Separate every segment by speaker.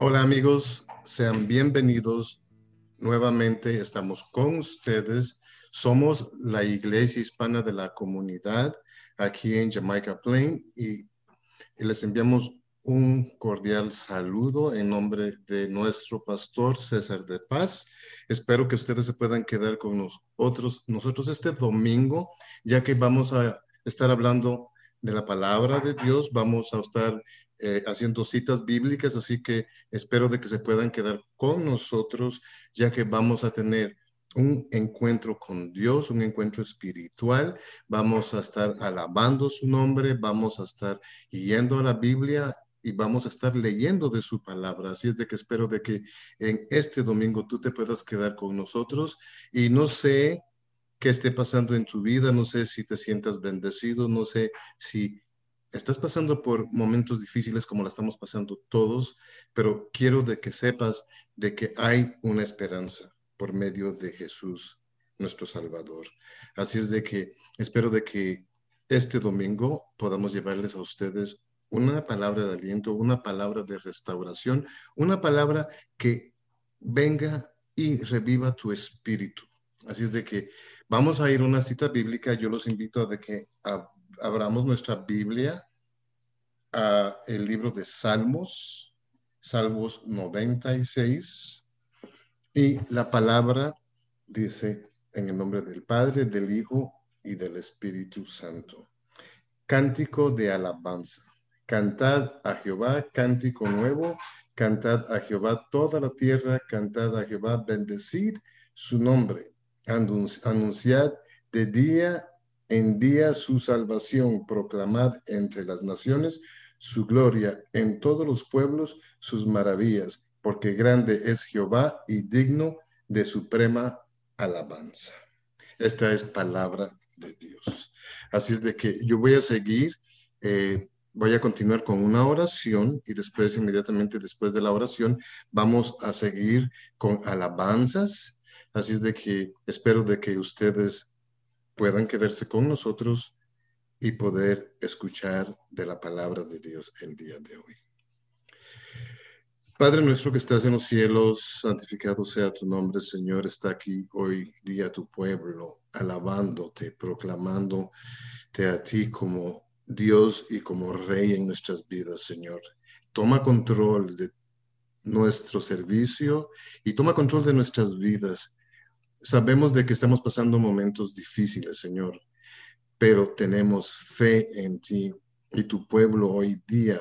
Speaker 1: Hola amigos, sean bienvenidos nuevamente. Estamos con ustedes. Somos la Iglesia Hispana de la Comunidad aquí en Jamaica Plain y les enviamos un cordial saludo en nombre de nuestro pastor César de Paz. Espero que ustedes se puedan quedar con nosotros este domingo, ya que vamos a estar hablando de la palabra de Dios. Vamos a estar haciendo citas bíblicas, así que espero de que se puedan quedar con nosotros, ya que vamos a tener un encuentro con Dios, un encuentro espiritual. Vamos a estar alabando su nombre, vamos a estar yendo a la Biblia y vamos a estar leyendo de su palabra. Así es de que espero de que en este domingo tú te puedas quedar con nosotros y no sé qué esté pasando en tu vida, no sé si te sientas bendecido, no sé si estás pasando por momentos difíciles como la estamos pasando todos, pero quiero de que sepas de que hay una esperanza por medio de Jesús, nuestro Salvador. Así es de que espero de que este domingo podamos llevarles a ustedes una palabra de aliento, una palabra de restauración, una palabra que venga y reviva tu espíritu. Así es de que vamos a ir a una cita bíblica. Yo los invito a de que abramos nuestra Biblia a el libro de Salmos, Salmos 96, y la palabra dice en el nombre del Padre, del Hijo y del Espíritu Santo. Cántico de alabanza. Cantad a Jehová, cántico nuevo, cantad a Jehová toda la tierra, cantad a Jehová, bendecid su nombre, anunciad de día en día su salvación, proclamad entre las naciones su gloria, en todos los pueblos sus maravillas, porque grande es Jehová y digno de suprema alabanza. Esta es palabra de Dios. Así es de que yo voy a seguir, voy a continuar con una oración y después, inmediatamente después de la oración, vamos a seguir con alabanzas. Así es de que espero de que ustedes puedan quedarse con nosotros y poder escuchar de la palabra de Dios el día de hoy. Padre nuestro que estás en los cielos, santificado sea tu nombre, Señor. Está aquí hoy día tu pueblo, alabándote, proclamándote a ti como Dios y como Rey en nuestras vidas, Señor. Toma control de nuestro servicio y toma control de nuestras vidas. Sabemos de que estamos pasando momentos difíciles, Señor, pero tenemos fe en ti y tu pueblo hoy día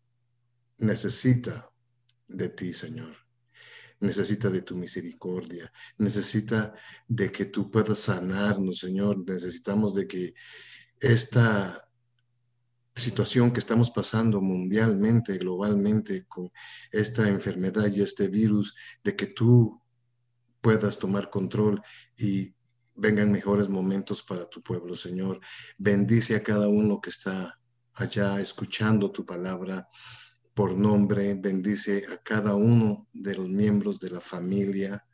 Speaker 1: necesita de ti, Señor. Necesita de tu misericordia, necesita de que tú puedas sanarnos, Señor. Necesitamos de que esta situación que estamos pasando mundialmente, globalmente, con esta enfermedad y este virus, de que tú puedas tomar control y vengan mejores momentos para tu pueblo, Señor. Bendice a cada uno que está allá escuchando tu palabra por nombre, bendice a cada uno de los miembros de la familia,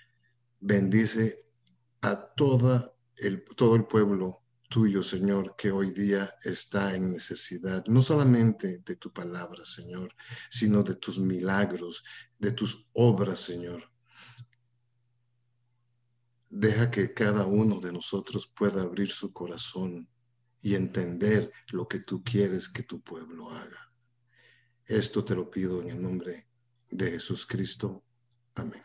Speaker 1: bendice a todo el pueblo tuyo, Señor, que hoy día está en necesidad, no solamente de tu palabra, Señor, sino de tus milagros, de tus obras, Señor. Deja que cada uno de nosotros pueda abrir su corazón y entender lo que tú quieres que tu pueblo haga. Esto te lo pido en el nombre de Jesús Cristo. Amén.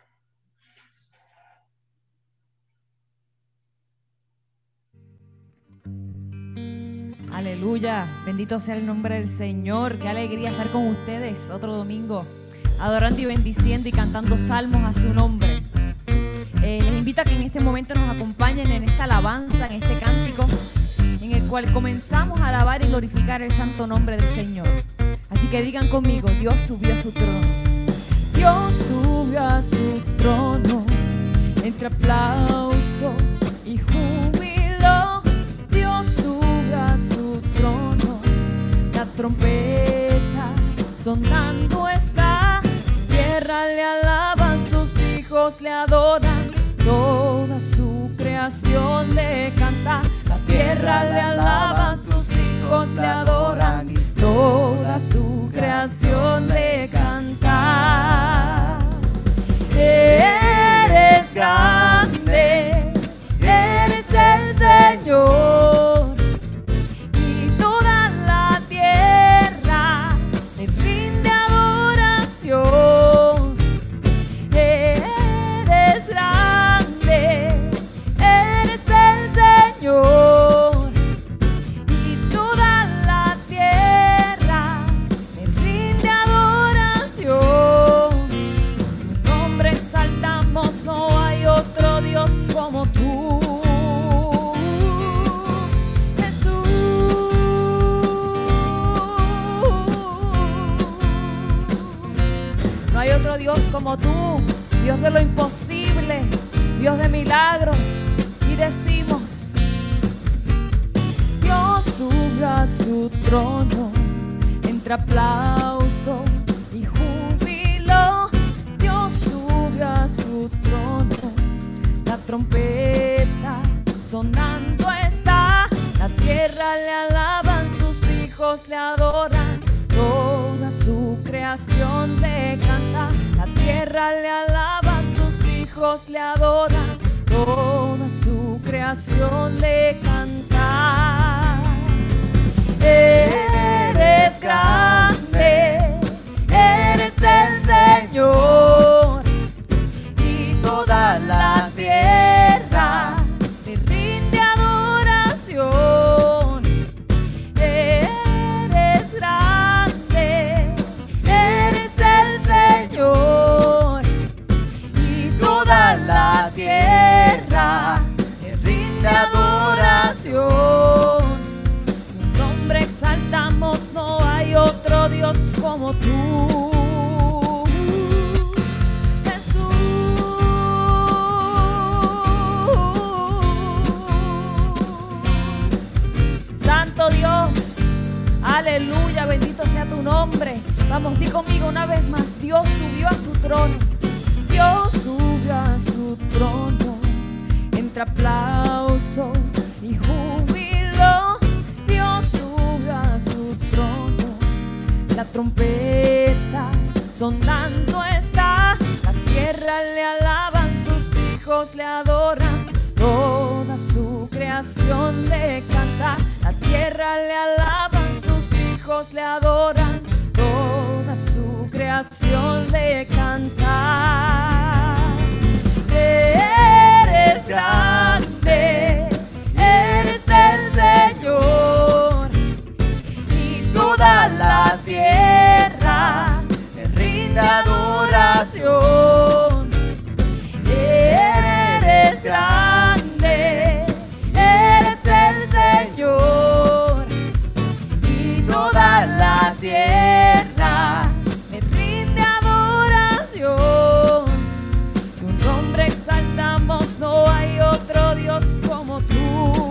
Speaker 2: Aleluya, bendito sea el nombre del Señor. Qué alegría estar con ustedes otro domingo, adorando y bendiciendo y cantando salmos a su nombre. Les invito a que en este momento nos acompañen en esta alabanza, en este cántico, en el cual comenzamos a alabar y glorificar el santo nombre del Señor. Así que digan conmigo: Dios subió a su trono. Dios subió a su trono, entre aplauso y júbilo. Dios subió a su trono, la trompeta sonando está. Tierra le alaban, sus hijos le adoran, toda su creación le canta. La tierra le alaba, sus hijos le adoran, toda su creación le canta. No hay otro Dios como tú, Dios de lo imposible, Dios de milagros. Y decimos: Dios sube a su trono, entre aplauso y júbilo. Dios sube a su trono, la trompeta sonando está. La tierra le alaban, sus hijos le adoran, toda su creación le canta. La tierra le alaba, sus hijos le adoran, toda su creación le canta. Eres grande, eres el Señor, y toda la tierra te rinde adoración. Eres grande, eres el Señor, y toda la tierra te rinde adoración. Tu nombre exaltamos, no hay otro Dios como tú. Dios, aleluya, bendito sea tu nombre. Vamos, di conmigo una vez más: Dios subió a su trono, Dios subió a su trono, entre aplausos y júbilo. Dios subió a su trono, la trompeta sonando está. La tierra le alaban, sus hijos le adoran, toda su creación le canta. La tierra le alaban, sus hijos le adoran, toda su creación le canta. Eres grande, eres el Señor, y toda la tierra te rinde adoración. Eres grande, eres el Señor, y toda la tierra me rinde adoración. Tu nombre exaltamos, no hay otro Dios como tú.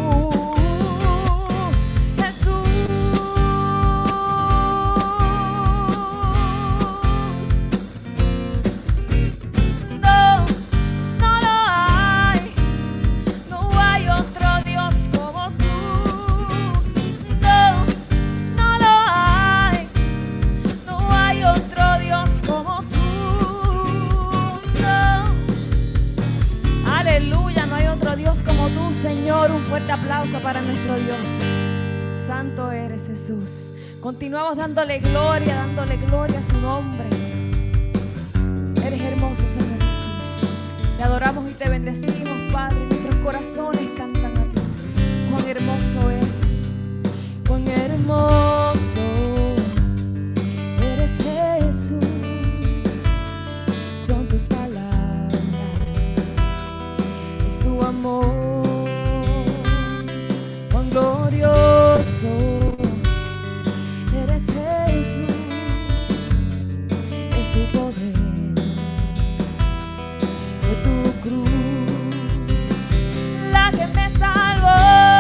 Speaker 2: Señor, un fuerte aplauso para nuestro Dios. Santo eres, Jesús. Continuamos dándole gloria a su nombre. Eres hermoso, Señor Jesús. Te adoramos y te bendecimos, Padre. Nuestros corazones cantan a ti. Cuán hermoso eres, cuán hermoso eres, Jesús. Son tus palabras, es tu amor. Glorioso eres, Jesús, es tu poder, de tu cruz, la que me salvó,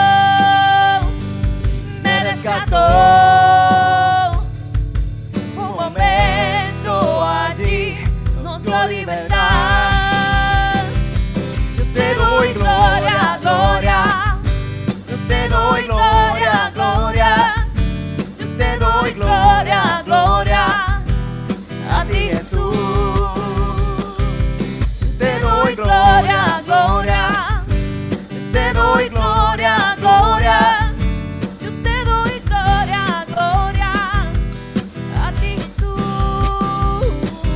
Speaker 2: me rescató. Un momento allí nos dio libertad. Yo te doy gloria, gloria. Te doy gloria, gloria, yo te doy gloria, gloria, a ti Jesús. Te doy gloria, gloria, te doy gloria, gloria, yo te doy gloria, gloria, a ti Jesús.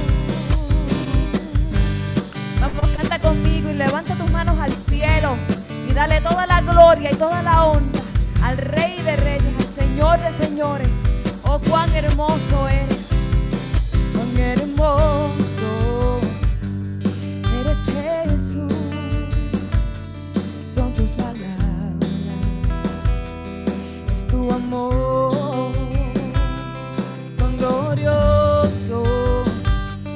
Speaker 2: Vamos, canta conmigo y levanta tus manos al cielo. Y dale toda la gloria y toda la honra al Rey de Reyes, al Señor de Señores. Oh, cuán hermoso eres, cuán hermoso eres, Jesús. Son tus palabras, es tu amor. Cuán glorioso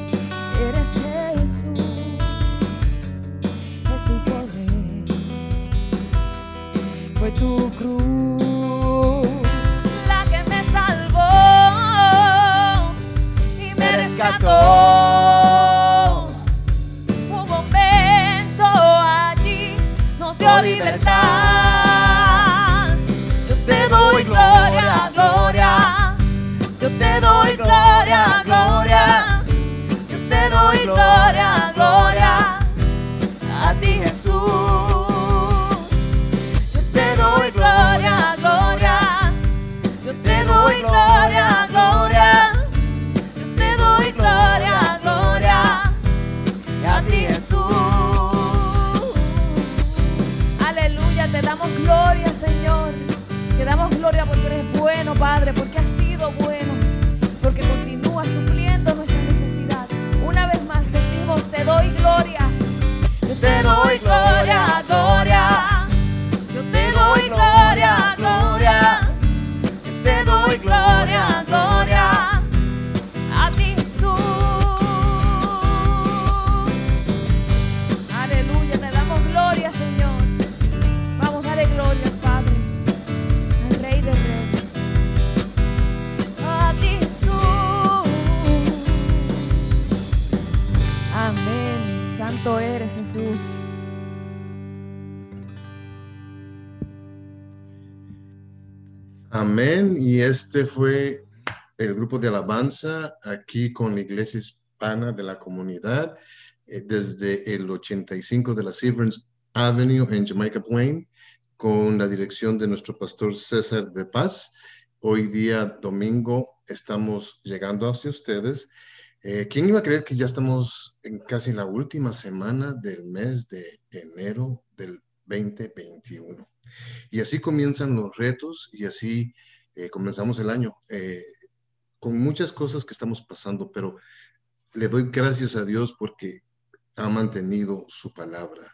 Speaker 2: eres, Jesús.
Speaker 1: Amén. Y este fue el grupo de alabanza aquí con la Iglesia Hispana de la Comunidad desde el 85 de la Severance Avenue en Jamaica Plain, con la dirección de nuestro pastor César de Paz. Hoy día, domingo, estamos llegando hacia ustedes. ¿Quién iba a creer que ya estamos en casi la última semana del mes de enero del 2021? Y así comienzan los retos y así comenzamos el año con muchas cosas que estamos pasando, pero le doy gracias a Dios porque ha mantenido su palabra.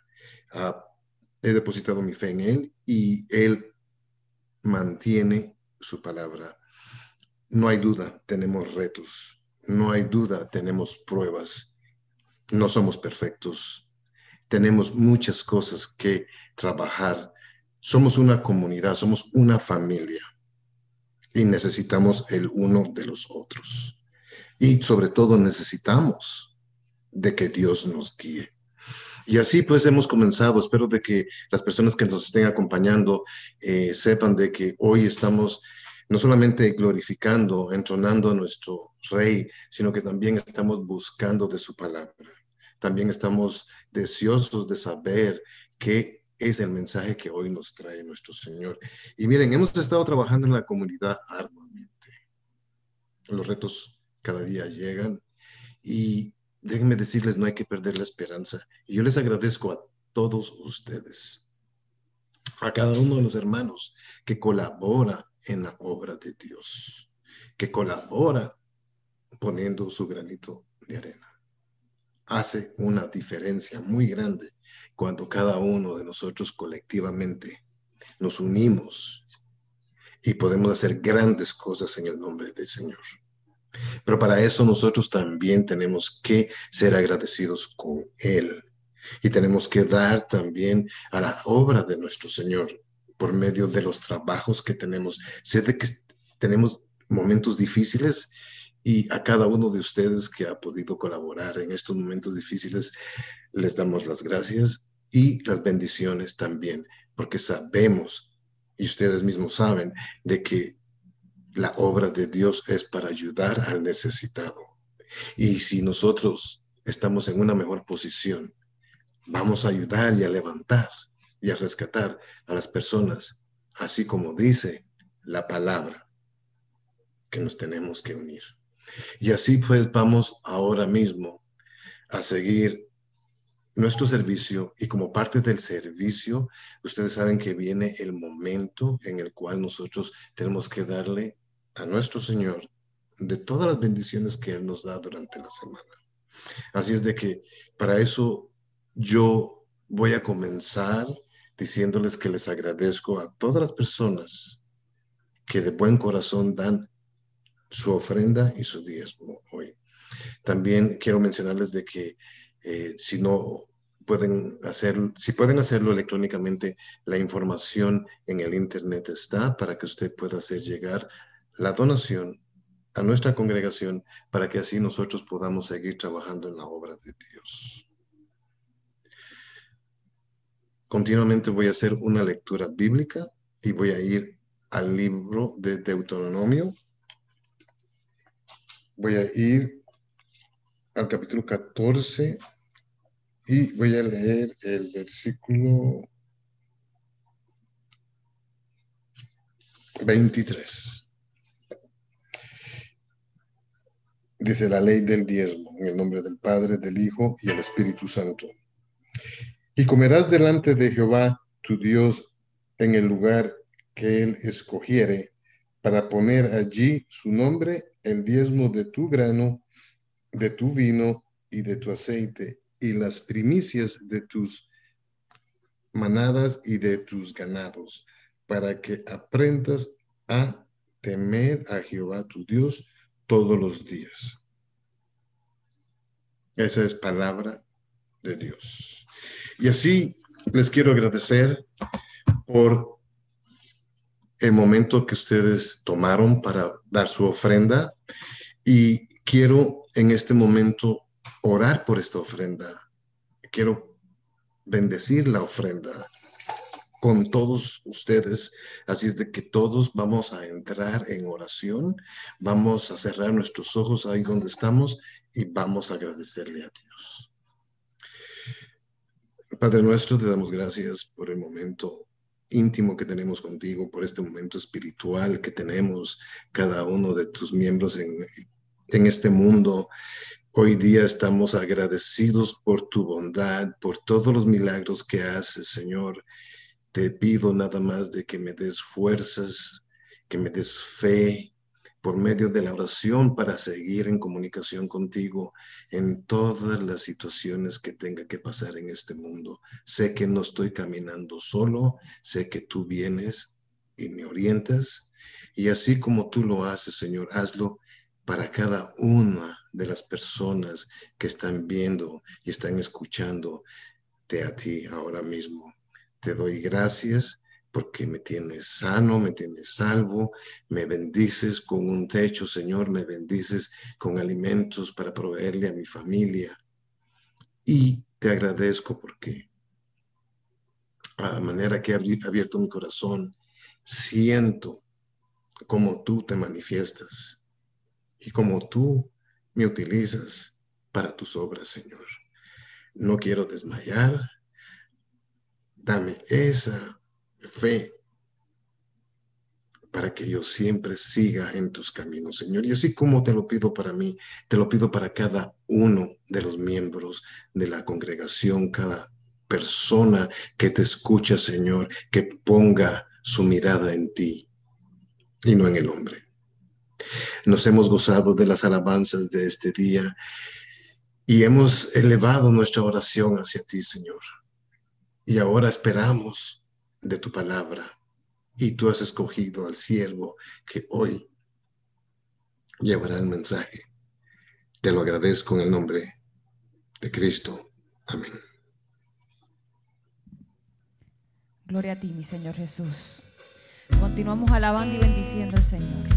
Speaker 1: He depositado mi fe en Él y Él mantiene su palabra. No hay duda, tenemos retos. No hay duda, tenemos pruebas. No somos perfectos. Tenemos muchas cosas que trabajar. Somos una comunidad, somos una familia y necesitamos el uno de los otros. Y sobre todo necesitamos de que Dios nos guíe. Y así pues hemos comenzado. Espero de que las personas que nos estén acompañando sepan de que hoy estamos no solamente glorificando, entronando a nuestro Rey, sino que también estamos buscando de su palabra. También estamos deseosos de saber qué es el mensaje que hoy nos trae nuestro Señor. Y miren, hemos estado trabajando en la comunidad arduamente. Los retos cada día llegan y déjenme decirles, no hay que perder la esperanza. Y yo les agradezco a todos ustedes, a cada uno de los hermanos que colabora en la obra de Dios, que colabora poniendo su granito de arena. Hace una diferencia muy grande cuando cada uno de nosotros colectivamente nos unimos y podemos hacer grandes cosas en el nombre del Señor. Pero para eso nosotros también tenemos que ser agradecidos con Él y tenemos que dar también a la obra de nuestro Señor por medio de los trabajos que tenemos. Sé de que tenemos momentos difíciles y a cada uno de ustedes que ha podido colaborar en estos momentos difíciles les damos las gracias y las bendiciones también, porque sabemos y ustedes mismos saben de que la obra de Dios es para ayudar al necesitado. Y si nosotros estamos en una mejor posición, vamos a ayudar y a levantar y a rescatar a las personas, así como dice la palabra, que nos tenemos que unir. Y así pues vamos ahora mismo a seguir nuestro servicio y como parte del servicio, ustedes saben que viene el momento en el cual nosotros tenemos que darle a nuestro Señor de todas las bendiciones que Él nos da durante la semana. Así es de que para eso yo voy a comenzar diciéndoles que les agradezco a todas las personas que de buen corazón dan su ofrenda y su diezmo hoy. También quiero mencionarles de que si pueden hacerlo electrónicamente, la información en el internet está para que usted pueda hacer llegar la donación a nuestra congregación para que así nosotros podamos seguir trabajando en la obra de Dios. Continuamente voy a hacer una lectura bíblica y voy a ir al libro de Deuteronomio. Voy a ir al capítulo 14 y voy a leer el versículo 23. Dice la ley del diezmo, en el nombre del Padre, del Hijo y el Espíritu Santo. Y comerás delante de Jehová tu Dios en el lugar que Él escogiere para poner allí su nombre, el diezmo de tu grano, de tu vino y de tu aceite, y las primicias de tus manadas y de tus ganados, para que aprendas a temer a Jehová tu Dios todos los días. Esa es palabra de Dios. Y así les quiero agradecer por el momento que ustedes tomaron para dar su ofrenda y quiero en este momento orar por esta ofrenda. Quiero bendecir la ofrenda con todos ustedes. Así es de que todos vamos a entrar en oración, vamos a cerrar nuestros ojos ahí donde estamos y vamos a agradecerle a Dios. Padre nuestro, te damos gracias por el momento íntimo que tenemos contigo, por este momento espiritual que tenemos cada uno de tus miembros en este mundo. Hoy día estamos agradecidos por tu bondad, por todos los milagros que haces, Señor. Te pido nada más de que me des fuerzas, que me des fe por medio de la oración para seguir en comunicación contigo en todas las situaciones que tenga que pasar en este mundo. Sé que no estoy caminando solo, sé que tú vienes y me orientas, y así como tú lo haces, Señor, hazlo para cada una de las personas que están viendo y están escuchándote a ti ahora mismo. Te doy gracias porque me tienes sano, me tienes salvo, me bendices con un techo, Señor, me bendices con alimentos para proveerle a mi familia. Y te agradezco porque a la manera que he abierto mi corazón, siento cómo tú te manifiestas y cómo tú me utilizas para tus obras, Señor. No quiero desmayar. Dame esa fe para que yo siempre siga en tus caminos, Señor. Y así como te lo pido para mí, te lo pido para cada uno de los miembros de la congregación, cada persona que te escucha, Señor, que ponga su mirada en ti y no en el hombre. Nos hemos gozado de las alabanzas de este día y hemos elevado nuestra oración hacia ti, Señor. Y ahora esperamos de tu palabra. Y tú has escogido al siervo que hoy llevará el mensaje. Te lo agradezco en el nombre de Cristo. Amén.
Speaker 2: Gloria a ti, mi Señor Jesús. Continuamos alabando y bendiciendo al Señor.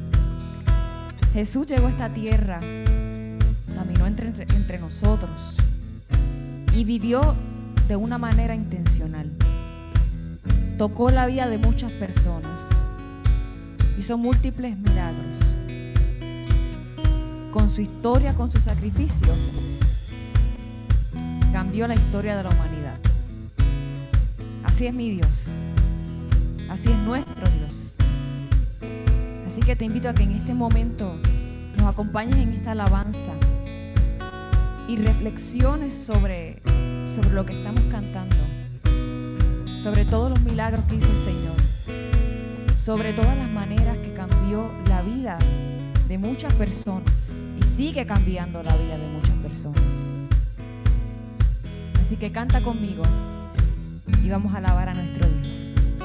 Speaker 2: Jesús llegó a esta tierra, caminó entre nosotros y vivió de una manera intencional. Tocó la vida de muchas personas, hizo múltiples milagros. Con su historia, con su sacrificio, cambió la historia de la humanidad. Así es mi Dios, así es nuestro Dios. Así que te invito a que en este momento nos acompañes en esta alabanza y reflexiones sobre lo que estamos cantando, sobre todos los milagros que hizo el Señor, sobre todas las maneras que cambió la vida de muchas personas y sigue cambiando la vida de muchas personas. Así que canta conmigo y vamos a alabar a nuestro Dios.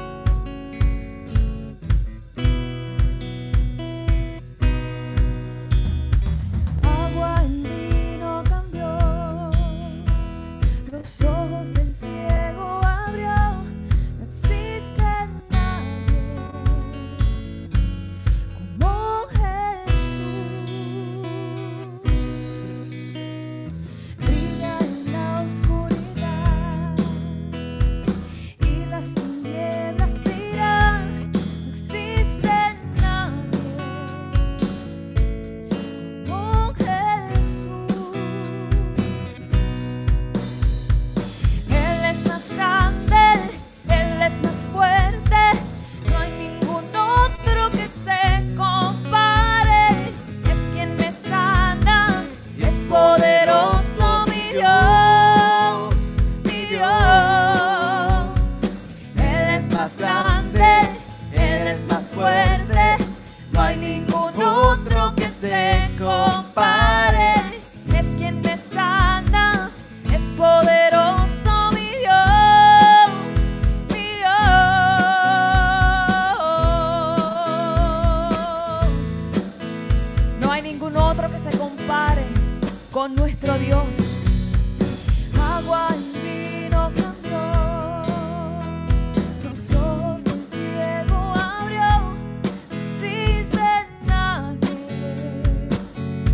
Speaker 2: Con nuestro Dios, agua y vino cambió, los ojos del ciego abrió, no existe nadie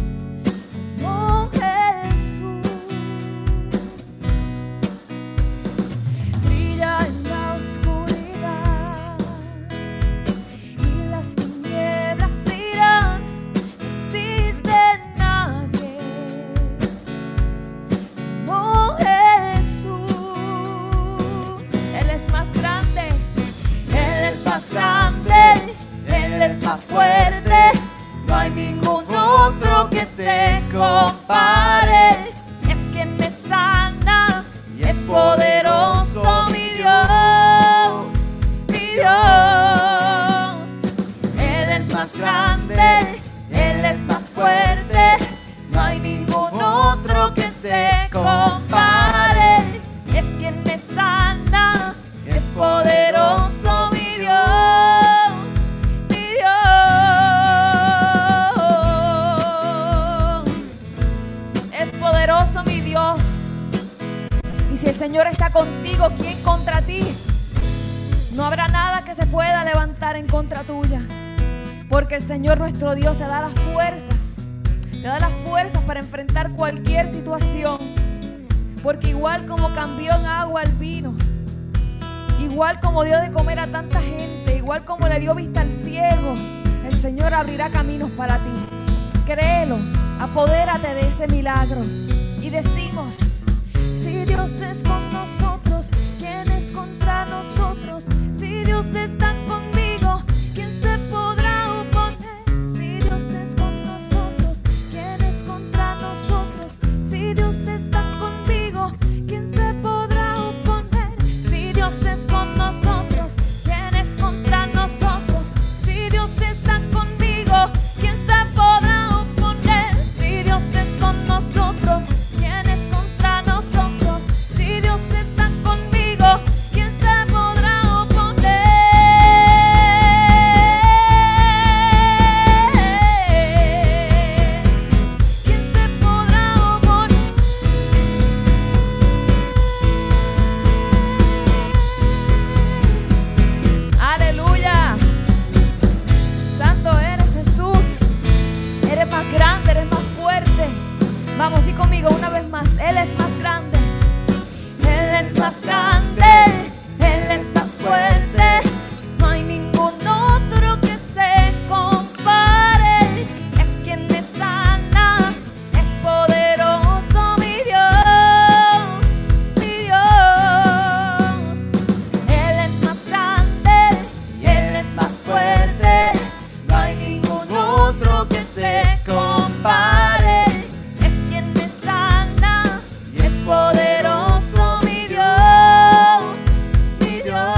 Speaker 2: como Jesús. compare. Es quien me sana y es poderoso mi Dios, mi Dios. Él es más grande, Él es más fuerte, no hay ningún otro que se compare. Es quien me sana, es poderoso mi Dios, mi Dios. Es poderoso mi Dios. Y si el Señor está contigo, ¿quién contra ti? No habrá nada que se pueda levantar en contra tuya. Porque el Señor nuestro Dios te da las fuerzas. Te da las fuerzas para enfrentar cualquier situación. Porque igual como cambió en agua el vino, igual como dio de comer a tanta gente, igual como le dio vista al ciego, el Señor abrirá caminos para ti. Créelo, apodérate de ese milagro. Y decimos: si Dios es con nosotros, ¿quién es contra nosotros? Si Dios está conmigo, ¿quién se podrá oponer? Si Dios es con nosotros, ¿quién es contra nosotros? Si Dios está conmigo, ¿quién se podrá oponer? Si Dios es con nosotros, ¿quién es contra nosotros? Si Dios está conmigo, ¿quién se podrá oponer? Si Dios es con nosotros, ¿quién es contra nosotros? Si Dios está conmigo, ¿quién se podrá oponer? ¿Quién se podrá oponer? Aleluya. Santo eres, Jesús. Eres más grande, eres más fuerte. Vamos, di conmigo una vez más. Él es más grande. Él es más grande. Él es más fuerte. No hay ningún otro que se compare. Es quien me sana. Es poderoso mi Dios, mi Dios. Él es más grande. Él es más fuerte. No hay ningún otro que se compare. Es quien me sana. Es poderoso mi Dios, mi Dios.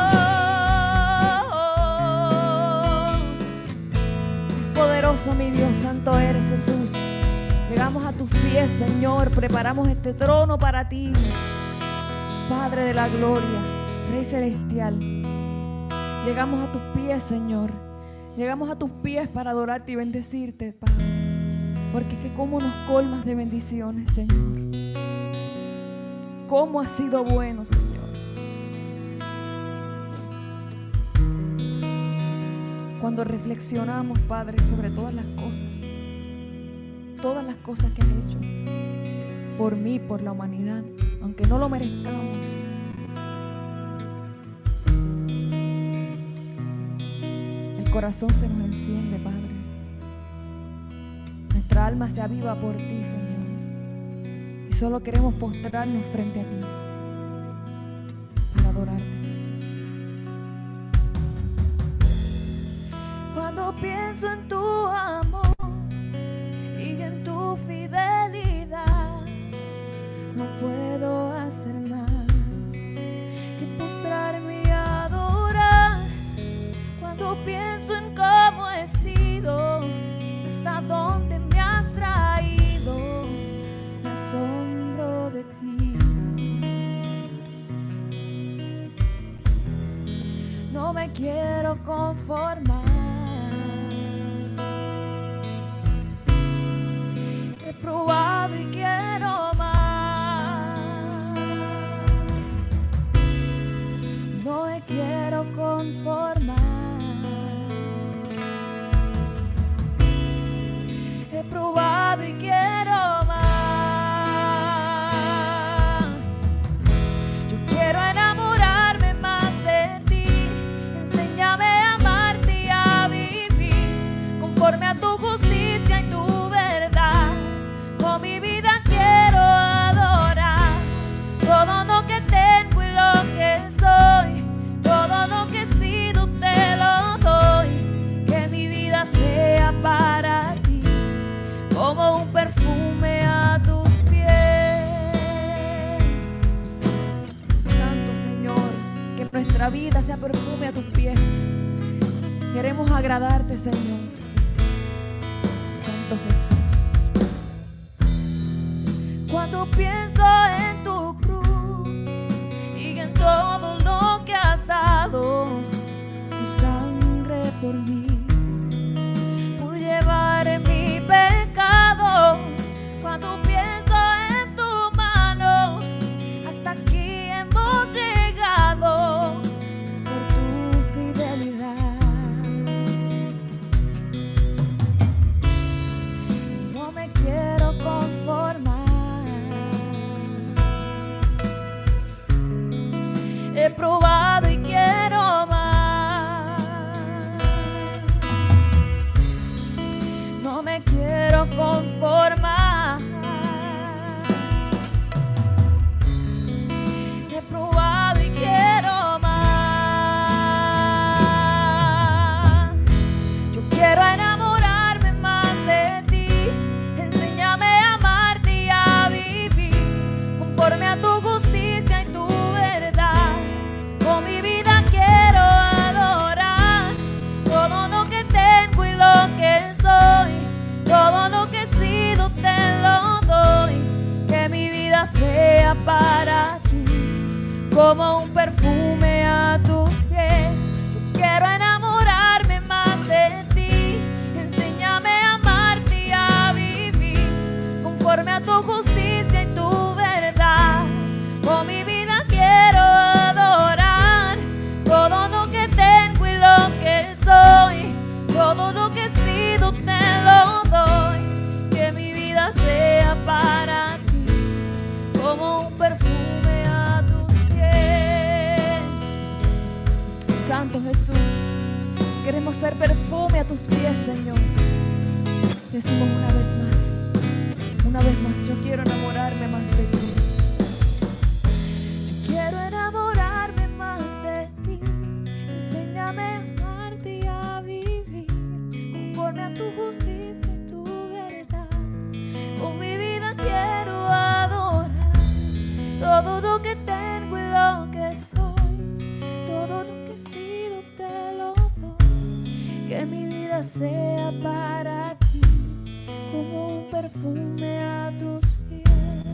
Speaker 2: Es poderoso mi Dios, santo eres, Jesús. Llegamos a tus pies, Señor. Preparamos este trono para ti, Padre de la gloria, Rey celestial. Llegamos a tus pies, Señor. Llegamos a tus pies para adorarte y bendecirte, Padre. Porque es que cómo nos colmas de bendiciones, Señor. Cómo has sido bueno, Señor. Cuando reflexionamos, Padre, sobre todas las cosas que has hecho por mí, por la humanidad, aunque no lo merezcamos, el corazón se nos enciende, Padre. Nuestra alma se aviva por ti, Señor. Y solo queremos postrarnos frente a ti para adorarte, Jesús. Cuando pienso en tu amor y en tu fidelidad, no puedo hacer más que postrarme y adorar. Cuando pienso en cómo he sido, hasta dónde me has traído, me asombro de ti. No me quiero conformar. He probado y quiero más. No me quiero conformar. He probado y quiero más. Yo quiero enamorarme más de ti. Enséñame a amarte y a vivir conforme a tu justicia y tu verdad. perfume a tus pies. Queremos agradarte, Señor. Santo Jesús. Cuando pienso en tu cruz y en todo lo que has dado, tu sangre por mí, por llevar en mi pecado. Cuando pienso en tu mano, hasta aquí hemos llegado por tu fidelidad. No me quiero conformar. He probado y quiero más. No me quiero conformar. He probado y quiero más. Yo quiero enamorarme más de ti. Enséñame a amarte y a vivir conforme a tu justicia y tu verdad. Con mi vida quiero adorar todo lo que tengo y lo que soy. Todo lo que he sido te lo doy. Que mi vida sea para ti como un perfume a tus pies. Yo quiero enamorarme más de ti. Enséñame a amarte y a vivir conforme a tu justicia y tu verdad. Con mi vida quiero adorar todo lo que tengo y lo que soy. Todo lo que he sido te lo doy. Que mi vida sea para ti como un perfume a tus pies. Santo Jesús, queremos ser perfume a tus pies, Señor. Decimos una vez más, yo quiero enamorarme más de ti. Yo quiero enamorarme más de ti. Enséñame a amarte y a vivir conforme a tu justicia y tu verdad. Con mi vida quiero adorar todo lo que tengo y lo que soy. Todo lo que he sido te lo doy. Que mi vida sea para ti como un perfume a tus pies.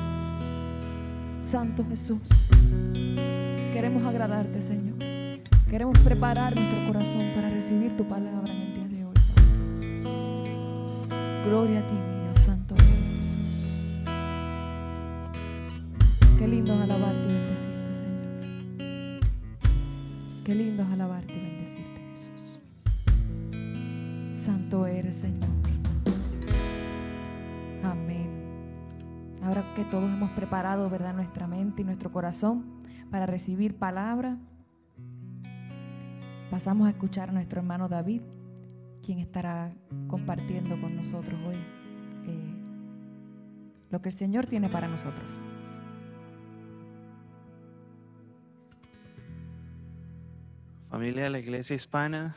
Speaker 2: Santo Jesús, queremos agradarte, Señor. Queremos preparar nuestro corazón para recibir tu palabra en el día de hoy. Gloria a ti, mi Dios, Santo eres, Jesús. Qué lindo es alabarte y bendecirte, Señor. Qué lindo es alabarte y bendecirte, Jesús. Santo eres, Señor. Amén. Ahora que todos hemos preparado, ¿verdad?, nuestra mente y nuestro corazón para recibir palabra, pasamos a escuchar a nuestro hermano David, quien estará compartiendo con nosotros hoy lo que el Señor tiene para nosotros.
Speaker 3: Familia de la Iglesia Hispana,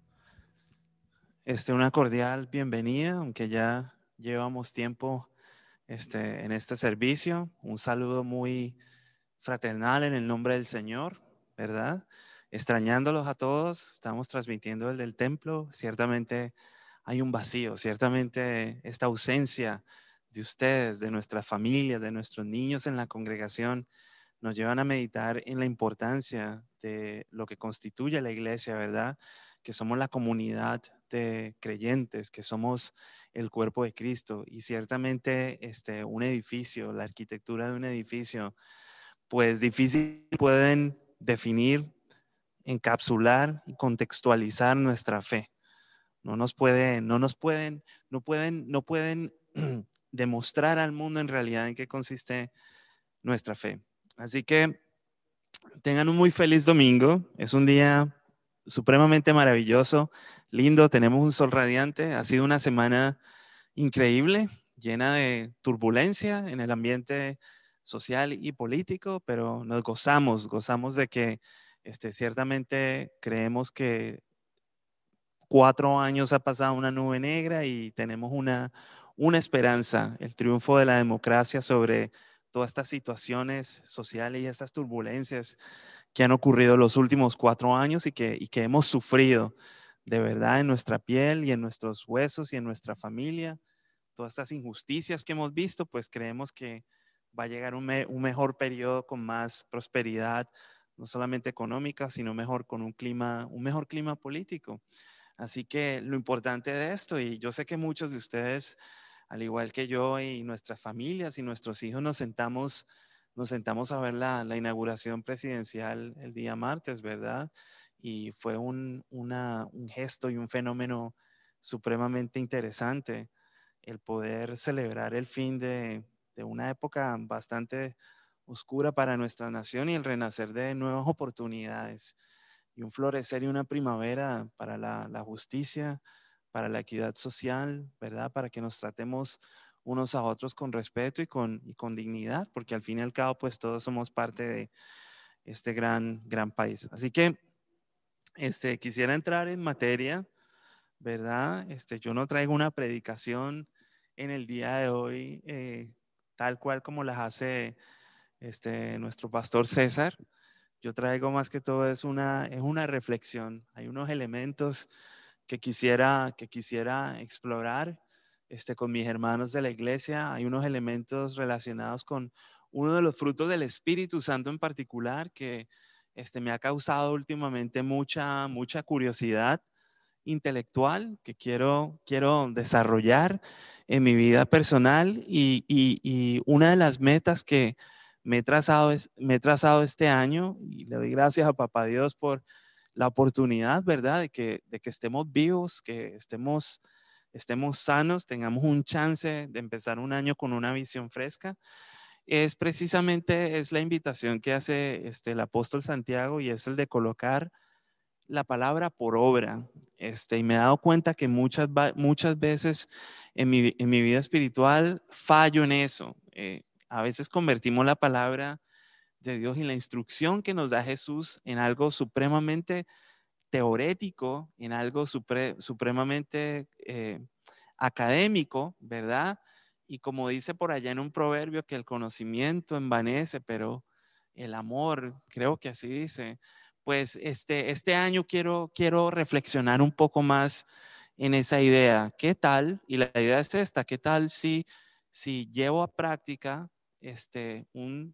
Speaker 3: una cordial bienvenida, aunque ya llevamos tiempo en este servicio. Un saludo muy fraternal en el nombre del Señor, ¿verdad? Extrañándolos a todos, estamos transmitiendo desde el templo. Ciertamente hay un vacío, ciertamente esta ausencia de ustedes, de nuestras familias, de nuestros niños en la congregación, nos llevan a meditar en la importancia de lo que constituye la iglesia, ¿verdad? Que somos la comunidad de creyentes, que somos el cuerpo de Cristo. Y ciertamente un edificio, la arquitectura de un edificio, pues difícil pueden definir, encapsular y contextualizar nuestra fe. No pueden demostrar al mundo en realidad en qué consiste nuestra fe. Así que tengan un muy feliz domingo. Es un día supremamente maravilloso, lindo. Tenemos un sol radiante. Ha sido una semana increíble, llena de turbulencia en el ambiente social y político, pero nos gozamos de que ciertamente creemos que 4 años ha pasado una nube negra y tenemos una esperanza, el triunfo de la democracia sobre todas estas situaciones sociales y estas turbulencias que han ocurrido los últimos 4 años y que hemos sufrido de verdad en nuestra piel y en nuestros huesos y en nuestra familia. Todas estas injusticias que hemos visto, pues creemos que va a llegar un mejor periodo con más prosperidad, no solamente económica, sino con un mejor clima político. Así que lo importante de esto, y yo sé que muchos de ustedes, al igual que yo y nuestras familias y nuestros hijos, nos sentamos a ver la inauguración presidencial el día martes, ¿verdad? Y fue un gesto y un fenómeno supremamente interesante el poder celebrar el fin de una época bastante oscura para nuestra nación y el renacer de nuevas oportunidades y un florecer y una primavera para la justicia, para la equidad social, ¿verdad? Para que nos tratemos unos a otros con respeto y con dignidad, porque al fin y al cabo, pues todos somos parte de este gran país. Así que quisiera entrar en materia, ¿verdad? Yo no traigo una predicación en el día de hoy, tal cual como las hace nuestro pastor César. Yo traigo más que todo es una reflexión. Hay unos elementos que quisiera explorar con mis hermanos de la iglesia. Hay unos elementos relacionados con uno de los frutos del Espíritu Santo en particular que me ha causado últimamente mucha curiosidad intelectual que quiero desarrollar en mi vida personal y una de las metas que me he trazado este año, y le doy gracias a Papá Dios por la oportunidad, ¿verdad? De que estemos vivos, que estemos sanos, tengamos un chance de empezar un año con una visión fresca. Es precisamente la invitación que hace el apóstol Santiago, y es el de colocar la palabra por obra. Y me he dado cuenta que muchas veces en mi vida espiritual fallo en eso. A veces convertimos la palabra de Dios y la instrucción que nos da Jesús en algo supremamente teorético, en algo supremamente académico, ¿verdad? Y como dice por allá en un proverbio, que el conocimiento envanece, pero el amor, creo que así dice. Pues este año quiero reflexionar un poco más en esa idea. ¿Qué tal? Y la idea es esta: ¿qué tal si llevo a práctica un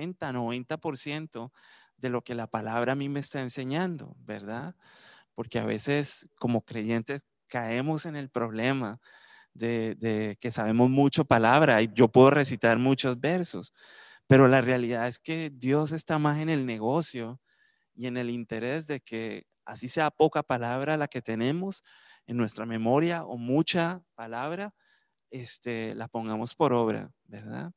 Speaker 3: 80-90% de lo que la palabra a mí me está enseñando, ¿verdad? Porque a veces como creyentes caemos en el problema de que sabemos mucho palabra y yo puedo recitar muchos versos, pero la realidad es que Dios está más en el negocio y en el interés de que así sea poca palabra la que tenemos en nuestra memoria o mucha palabra, la pongamos por obra, ¿verdad?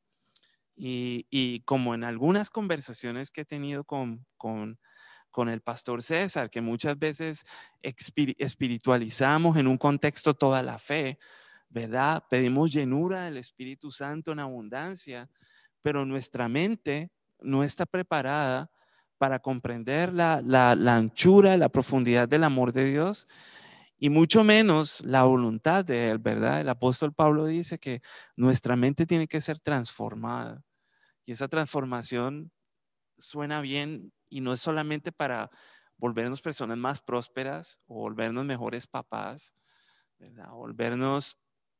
Speaker 3: Y como en algunas conversaciones que he tenido con el pastor César, que muchas veces espiritualizamos en un contexto toda la fe, ¿verdad? Pedimos llenura del Espíritu Santo en abundancia, pero nuestra mente no está preparada para comprender la anchura, la profundidad del amor de Dios y mucho menos la voluntad de Él, ¿verdad? El apóstol Pablo dice que nuestra mente tiene que ser transformada, y esa transformación suena bien y no es solamente para volvernos personas más prósperas o volvernos mejores papás, ¿verdad? Volvernos,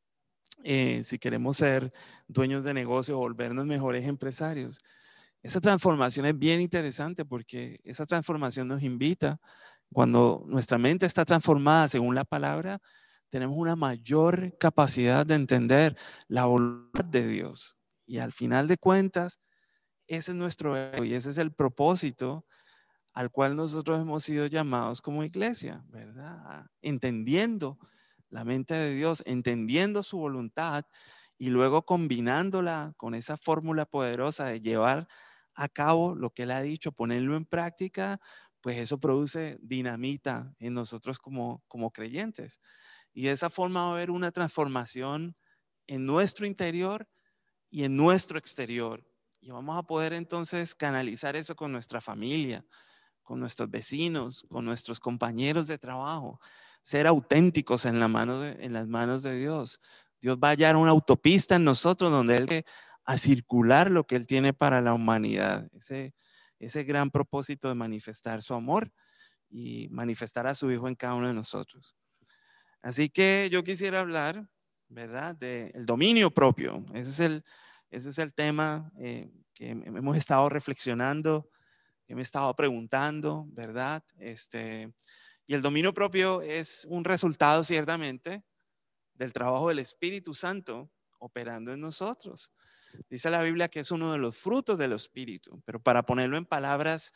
Speaker 3: si queremos ser dueños de negocio, volvernos mejores empresarios. Esa transformación es bien interesante porque esa transformación nos invita, cuando nuestra mente está transformada según la palabra, tenemos una mayor capacidad de entender la voluntad de Dios. Y al final de cuentas, ese es nuestro ego y ese es el propósito al cual nosotros hemos sido llamados como iglesia, ¿verdad? Entendiendo la mente de Dios, entendiendo su voluntad y luego combinándola con esa fórmula poderosa de llevar a cabo lo que Él ha dicho, ponerlo en práctica, pues eso produce dinamita en nosotros como creyentes. Y de esa forma va a haber una transformación en nuestro interior y en nuestro exterior. Y vamos a poder entonces canalizar eso con nuestra familia, con nuestros vecinos, con nuestros compañeros de trabajo, ser auténticos en las manos de Dios. Dios va a hallar una autopista en nosotros donde Él va a circular lo que Él tiene para la humanidad. Ese ese gran propósito de manifestar su amor y manifestar a su Hijo en cada uno de nosotros. Así que yo quisiera hablar, ¿verdad?, del dominio propio. Ese es el tema que hemos estado reflexionando, que me he estado preguntando, ¿verdad? Y el dominio propio es un resultado ciertamente del trabajo del Espíritu Santo operando en nosotros. Dice la Biblia que es uno de los frutos del Espíritu, pero para ponerlo en palabras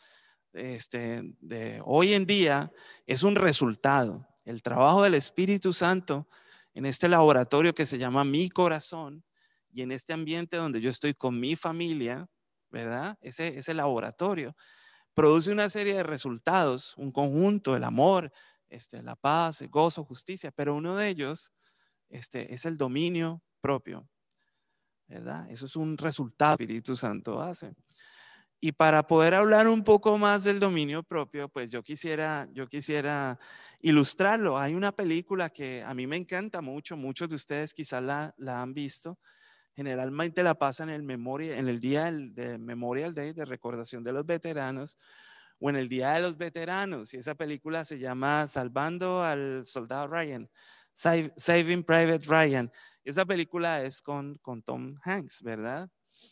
Speaker 3: de hoy en día, es un resultado. El trabajo del Espíritu Santo en este laboratorio que se llama mi corazón y en este ambiente donde yo estoy con mi familia, ¿verdad? Ese laboratorio produce una serie de resultados, un conjunto, el amor, la paz, el gozo, justicia, pero uno de ellos es el dominio propio, ¿verdad? Eso es un resultado que el Espíritu Santo hace. Y para poder hablar un poco más del dominio propio, pues yo quisiera ilustrarlo. Hay una película que a mí me encanta mucho, muchos de ustedes quizás la han visto. Generalmente la pasan en el día de Memorial Day, de recordación de los veteranos, o en el Día de los Veteranos. Y esa película se llama Salvando al Soldado Ryan, Saving Private Ryan. Esa película es con Tom Hanks, ¿verdad?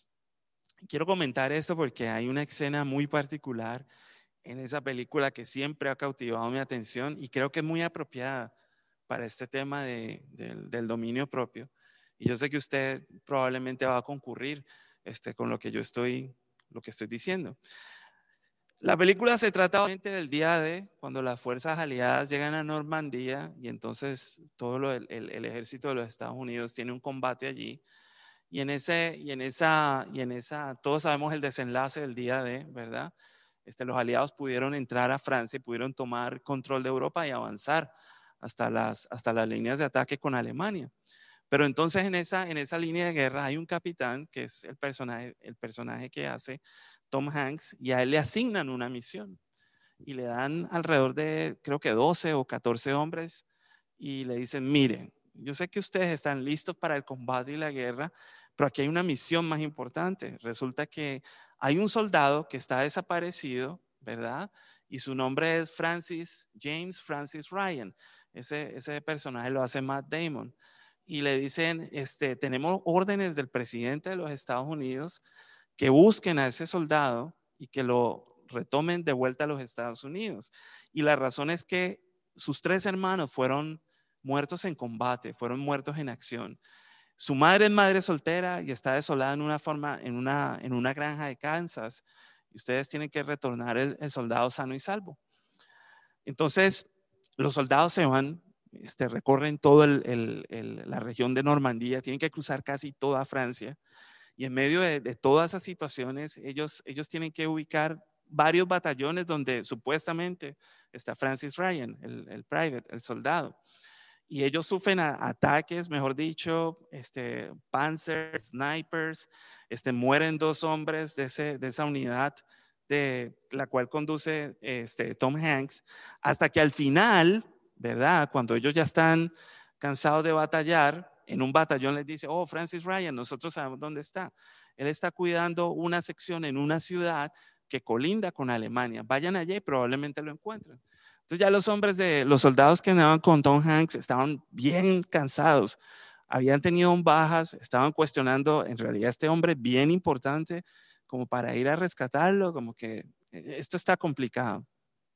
Speaker 3: Quiero comentar esto porque hay una escena muy particular en esa película que siempre ha cautivado mi atención y creo que es muy apropiada para este tema del dominio propio. Y yo sé que usted probablemente va a concurrir con lo que estoy diciendo. La película se trata del día D, cuando las fuerzas aliadas llegan a Normandía y entonces todo el ejército de los Estados Unidos tiene un combate allí. Y en esa, todos sabemos el desenlace del día D, ¿verdad? Los aliados pudieron entrar a Francia y pudieron tomar control de Europa y avanzar hasta las líneas de ataque con Alemania. Pero entonces en esa línea de guerra hay un capitán que es el personaje que hace Tom Hanks, y a él le asignan una misión y le dan alrededor de, creo que 12 o 14 hombres y le dicen, miren, yo sé que ustedes están listos para el combate y la guerra, pero aquí hay una misión más importante. Resulta que hay un soldado que está desaparecido, ¿verdad? Y su nombre es James Francis Ryan. Ese personaje lo hace Matt Damon. Y le dicen, tenemos órdenes del presidente de los Estados Unidos que busquen a ese soldado y que lo retomen de vuelta a los Estados Unidos. Y la razón es que sus 3 hermanos fueron muertos en combate, fueron muertos en acción. Su madre es madre soltera y está desolada en una granja de Kansas. Y ustedes tienen que retornar el soldado sano y salvo. Entonces, los soldados se van, recorren toda la región de Normandía, tienen que cruzar casi toda Francia. Y en medio de todas esas situaciones, ellos tienen que ubicar varios batallones donde supuestamente está Francis Ryan, el private, el soldado. Y ellos sufren ataques, mejor dicho, Panzer, snipers, mueren 2 hombres de esa unidad de la cual conduce Tom Hanks, hasta que al final, ¿verdad? Cuando ellos ya están cansados de batallar, en un batallón les dice, oh, Francis Ryan, nosotros sabemos dónde está. Él está cuidando una sección en una ciudad que colinda con Alemania. Vayan allá y probablemente lo encuentren. Entonces ya los soldados que andaban con Tom Hanks estaban bien cansados, habían tenido bajas, estaban cuestionando, en realidad este hombre es bien importante como para ir a rescatarlo, como que esto está complicado.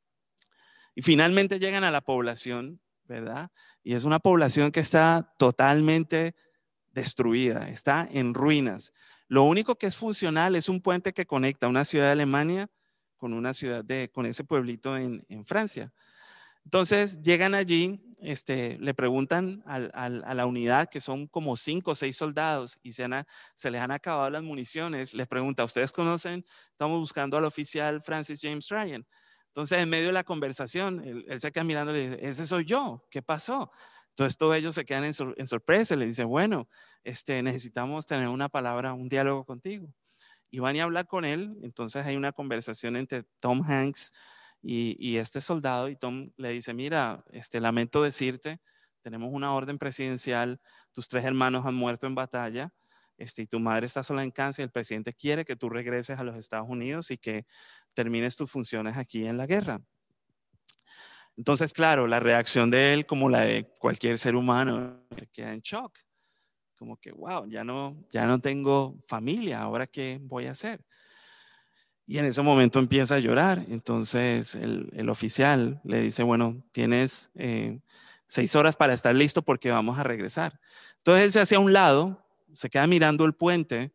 Speaker 3: Y finalmente llegan a la población, ¿verdad? Y es una población que está totalmente destruida, está en ruinas. Lo único que es funcional es un puente que conecta una ciudad de Alemania con ese pueblito en Francia. Entonces llegan allí, le preguntan a la unidad, que son como 5 o 6 soldados, y se les han acabado las municiones. Les pregunta, ¿ustedes conocen? Estamos buscando al oficial Francis James Ryan. Entonces, en medio de la conversación, él se queda mirando y le dice, ese soy yo, ¿qué pasó? Entonces todos ellos se quedan en sorpresa, le dicen, bueno, necesitamos tener una palabra, un diálogo contigo. Y van a hablar con él. Entonces hay una conversación entre Tom Hanks y este soldado, y Tom le dice, mira, lamento decirte, tenemos una orden presidencial, tus 3 hermanos han muerto en batalla, y tu madre está sola en cáncer, el presidente quiere que tú regreses a los Estados Unidos y que termines tus funciones aquí en la guerra. Entonces, claro, la reacción de él, como la de cualquier ser humano, queda en shock. Como que, wow, ya no tengo familia, ¿ahora qué voy a hacer? Y en ese momento empieza a llorar. Entonces el oficial le dice, bueno, tienes 6 horas para estar listo porque vamos a regresar. Entonces él se hace a un lado, se queda mirando el puente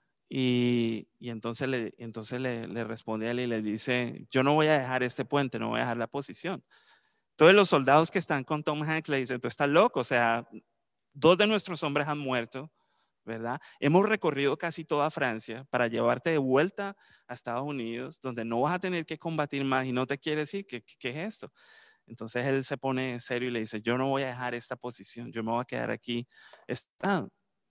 Speaker 3: y entonces le responde a él y le dice, yo no voy a dejar este puente, no voy a dejar la posición. Todos los soldados que están con Tom Hanks le dicen, tú estás loco, o sea, 2 de nuestros hombres han muerto, ¿verdad? Hemos recorrido casi toda Francia para llevarte de vuelta a Estados Unidos, donde no vas a tener que combatir más y no te quieres ir. ¿Qué es esto? Entonces él se pone serio y le dice, yo no voy a dejar esta posición, yo me voy a quedar aquí estado.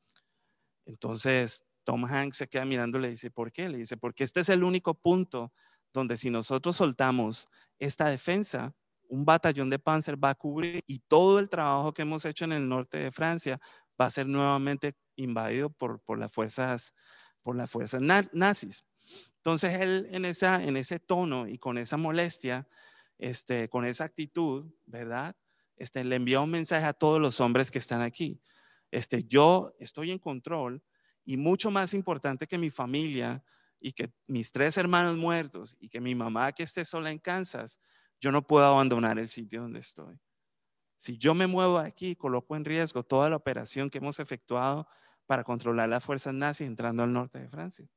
Speaker 3: Entonces Tom Hanks se queda mirando y le dice, ¿por qué? Le dice, porque este es el único punto donde si nosotros soltamos esta defensa, un batallón de Panzer va a cubrir y todo el trabajo que hemos hecho en el norte de Francia va a ser nuevamente invadido por las fuerzas nazis. Entonces él en ese tono y con esa molestia, con esa actitud, ¿verdad? Le envía un mensaje a todos los hombres que están aquí. Yo estoy en control y mucho más importante que mi familia y que mis 3 hermanos muertos y que mi mamá que esté sola en Kansas, yo no puedo abandonar el sitio donde estoy. Si yo me muevo aquí, coloco en riesgo toda la operación que hemos efectuado para controlar las fuerzas nazis entrando al norte de Francia.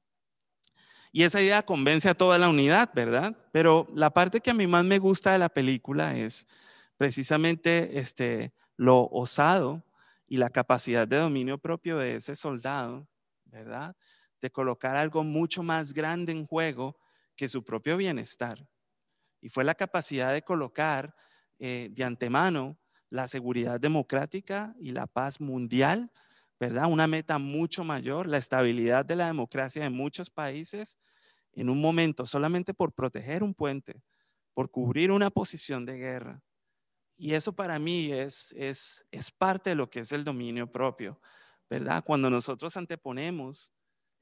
Speaker 3: Y esa idea convence a toda la unidad, ¿verdad? Pero la parte que a mí más me gusta de la película es precisamente lo osado y la capacidad de dominio propio de ese soldado, ¿verdad? De colocar algo mucho más grande en juego que su propio bienestar. Y fue la capacidad de colocar de antemano la seguridad democrática y la paz mundial, ¿verdad? Una meta mucho mayor, la estabilidad de la democracia de muchos países en un momento solamente por proteger un puente, por cubrir una posición de guerra. Y eso para mí es parte de lo que es el dominio propio, ¿verdad? Cuando nosotros anteponemos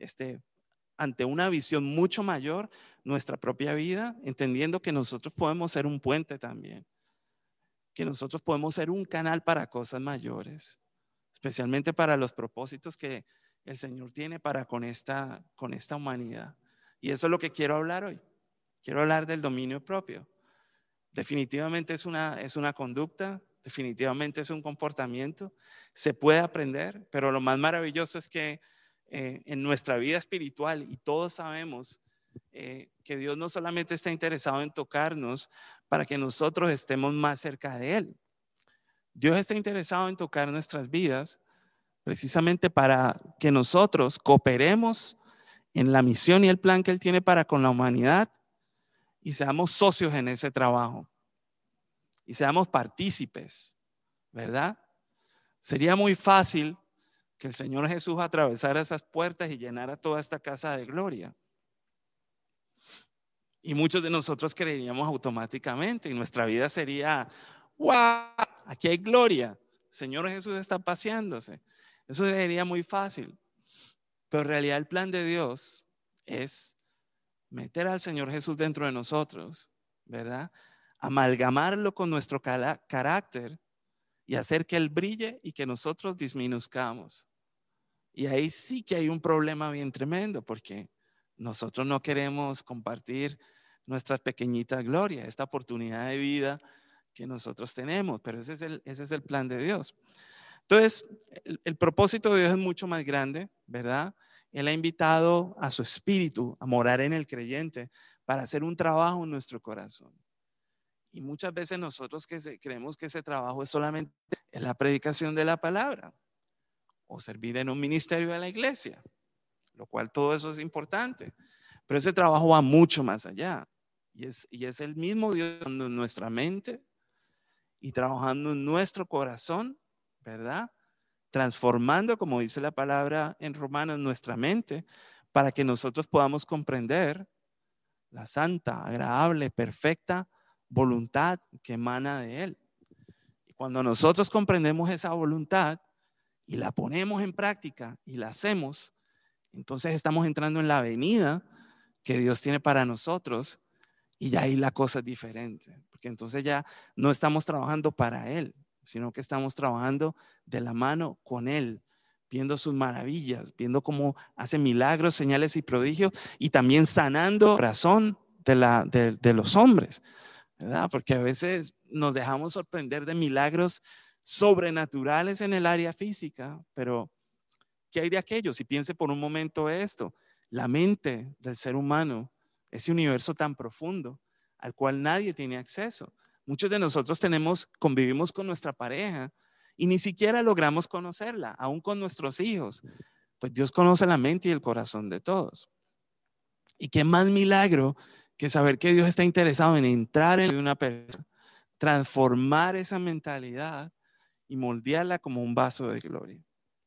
Speaker 3: ante una visión mucho mayor nuestra propia vida, entendiendo que nosotros podemos ser un puente también, que nosotros podemos ser un canal para cosas mayores, especialmente para los propósitos que el Señor tiene para con esta humanidad. Y eso es lo que quiero hablar hoy. Quiero hablar del dominio propio. Definitivamente es una conducta, definitivamente es un comportamiento, se puede aprender, pero lo más maravilloso es que en nuestra vida espiritual, y todos sabemos que Dios no solamente está interesado en tocarnos para que nosotros estemos más cerca de Él. Dios está interesado en tocar nuestras vidas precisamente para que nosotros cooperemos en la misión y el plan que Él tiene para con la humanidad y seamos socios en ese trabajo y seamos partícipes, ¿verdad? Sería muy fácil que el Señor Jesús atravesara esas puertas y llenara toda esta casa de gloria. Y muchos de nosotros creeríamos automáticamente y nuestra vida sería, ¡wow! Aquí hay gloria. El Señor Jesús está paseándose. Eso sería muy fácil. Pero en realidad el plan de Dios es meter al Señor Jesús dentro de nosotros, ¿verdad? Amalgamarlo con nuestro carácter y hacer que Él brille y que nosotros disminuzcamos. Y ahí sí que hay un problema bien tremendo porque nosotros no queremos compartir nuestras pequeñitas glorias, esta oportunidad de vida que nosotros tenemos, pero ese es el plan de Dios. Entonces, el propósito de Dios es mucho más grande, ¿verdad? Él ha invitado a su espíritu a morar en el creyente para hacer un trabajo en nuestro corazón. Y muchas veces nosotros creemos que ese trabajo es solamente en la predicación de la palabra o servir en un ministerio de la iglesia, lo cual todo eso es importante. Pero ese trabajo va mucho más allá. Y es el mismo Dios en nuestra mente y trabajando en nuestro corazón, ¿verdad? Transformando, como dice la palabra en Romanos, nuestra mente para que nosotros podamos comprender la santa, agradable, perfecta voluntad que emana de Él. Y cuando nosotros comprendemos esa voluntad y la ponemos en práctica y la hacemos, entonces estamos entrando en la avenida que Dios tiene para nosotros y ya ahí la cosa es diferente, porque entonces ya no estamos trabajando para Él, sino que estamos trabajando de la mano con Él, viendo sus maravillas, viendo cómo hace milagros, señales y prodigios, y también sanando el corazón de los hombres, ¿verdad? Porque a veces nos dejamos sorprender de milagros sobrenaturales en el área física, pero ¿qué hay de aquellos? Y piense por un momento esto, la mente del ser humano, ese universo tan profundo al cual nadie tiene acceso. Muchos de nosotros convivimos con nuestra pareja y ni siquiera logramos conocerla, aún con nuestros hijos. Pues Dios conoce la mente y el corazón de todos. Y qué más milagro que saber que Dios está interesado en entrar en una persona, transformar esa mentalidad y moldearla como un vaso de gloria.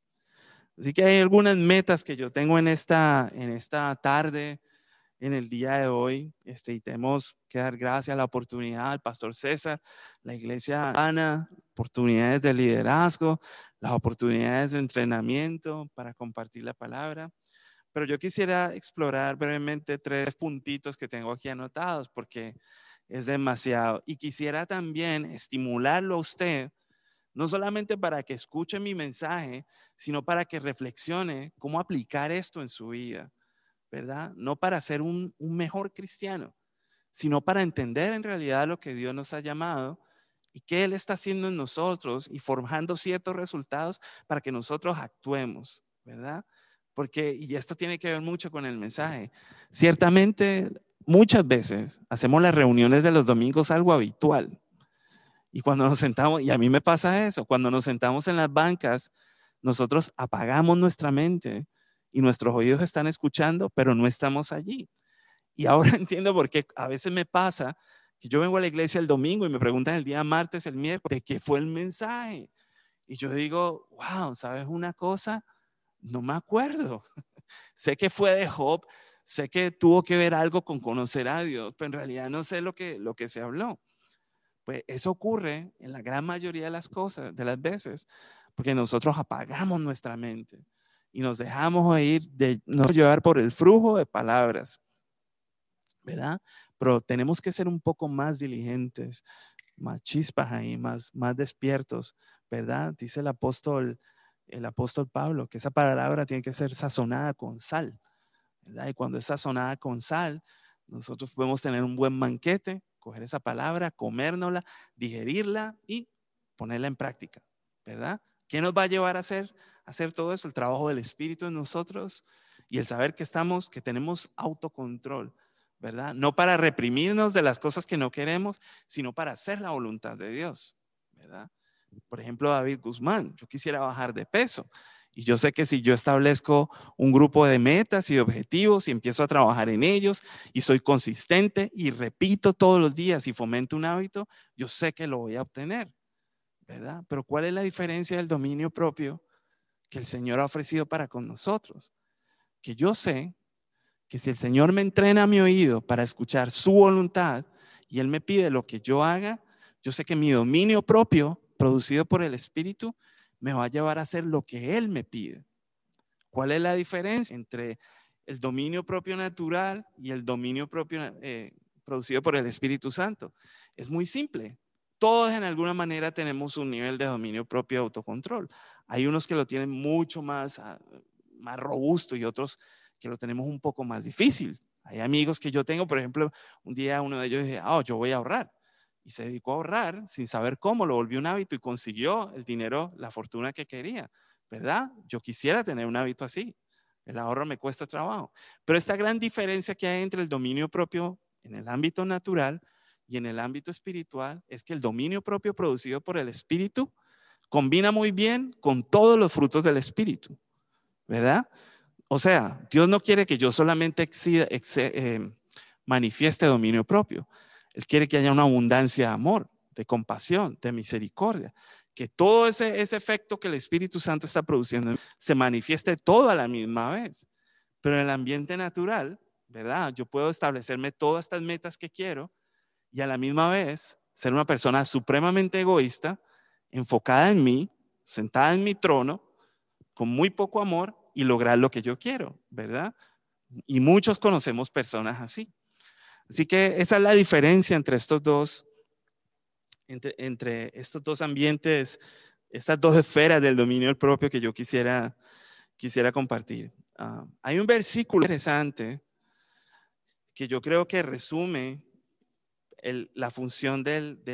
Speaker 3: Así que hay algunas metas que yo tengo en esta tarde, en el día de hoy, y tenemos que dar gracias a la oportunidad al pastor César, la iglesia Ana, oportunidades de liderazgo, las oportunidades de entrenamiento para compartir la palabra. Pero yo quisiera explorar brevemente 3 puntitos que tengo aquí anotados porque es demasiado. Y quisiera también estimularlo a usted, no solamente para que escuche mi mensaje, sino para que reflexione cómo aplicar esto en su vida, ¿verdad? No para ser un mejor cristiano, sino para entender en realidad lo que Dios nos ha llamado y qué Él está haciendo en nosotros y forjando ciertos resultados para que nosotros actuemos, ¿verdad? Porque, y esto tiene que ver mucho con el mensaje, ciertamente muchas veces hacemos las reuniones de los domingos algo habitual. Y cuando nos sentamos, y a mí me pasa eso, cuando nos sentamos en las bancas, nosotros apagamos nuestra mente y nuestros oídos están escuchando, pero no estamos allí. Y ahora entiendo por qué a veces me pasa que yo vengo a la iglesia el domingo y me preguntan el día martes, el miércoles, ¿de qué fue el mensaje? Y yo digo, wow, ¿sabes una cosa? No me acuerdo. Sé que fue de Job, sé que tuvo que ver algo con conocer a Dios, pero en realidad no sé lo que se habló. Pues eso ocurre en la gran mayoría de las cosas, de las veces, porque nosotros apagamos nuestra mente y nos dejamos llevar por el flujo de palabras, ¿verdad? Pero tenemos que ser un poco más diligentes, más chispas ahí, más despiertos, ¿verdad? Dice el apóstol Pablo que esa palabra tiene que ser sazonada con sal, ¿verdad? Y cuando es sazonada con sal, nosotros podemos tener un buen banquete, coger esa palabra, comérnosla, digerirla y ponerla en práctica, ¿verdad? ¿Qué nos va a llevar a hacer todo eso? El trabajo del Espíritu en nosotros y el saber que tenemos autocontrol, ¿verdad? No para reprimirnos de las cosas que no queremos, sino para hacer la voluntad de Dios, ¿verdad? Por ejemplo, David Guzmán, yo quisiera bajar de peso. Y yo sé que si yo establezco un grupo de metas y de objetivos y empiezo a trabajar en ellos y soy consistente y repito todos los días y fomento un hábito, yo sé que lo voy a obtener, ¿verdad? Pero ¿cuál es la diferencia del dominio propio que el Señor ha ofrecido para con nosotros? Que yo sé que si el Señor me entrena mi oído para escuchar su voluntad y Él me pide lo que yo haga, yo sé que mi dominio propio, producido por el Espíritu, me va a llevar a hacer lo que Él me pide. ¿Cuál es la diferencia entre el dominio propio natural y el dominio propio producido por el Espíritu Santo? Es muy simple. Todos en alguna manera tenemos un nivel de dominio propio y autocontrol. Hay unos que lo tienen mucho más robusto y otros que lo tenemos un poco más difícil. Hay amigos que yo tengo, por ejemplo, un día uno de ellos dice, yo voy a ahorrar. Y se dedicó a ahorrar sin saber cómo, lo volvió un hábito y consiguió el dinero, la fortuna que quería, ¿verdad? Yo quisiera tener un hábito así. El ahorro me cuesta trabajo. Pero esta gran diferencia que hay entre el dominio propio en el ámbito natural y en el ámbito espiritual es que el dominio propio producido por el Espíritu combina muy bien con todos los frutos del Espíritu, ¿verdad? O sea, Dios no quiere que yo solamente manifieste dominio propio. Él quiere que haya una abundancia de amor, de compasión, de misericordia. Que todo ese efecto que el Espíritu Santo está produciendo se manifieste todo a la misma vez. Pero en el ambiente natural, ¿verdad? Yo puedo establecerme todas estas metas que quiero y a la misma vez ser una persona supremamente egoísta, enfocada en mí, sentada en mi trono, con muy poco amor y lograr lo que yo quiero, ¿verdad? Y muchos conocemos personas así. Así que esa es la diferencia entre estos dos, entre estos dos ambientes, estas dos esferas del dominio propio que yo quisiera compartir. Hay un versículo interesante que yo creo que resume la función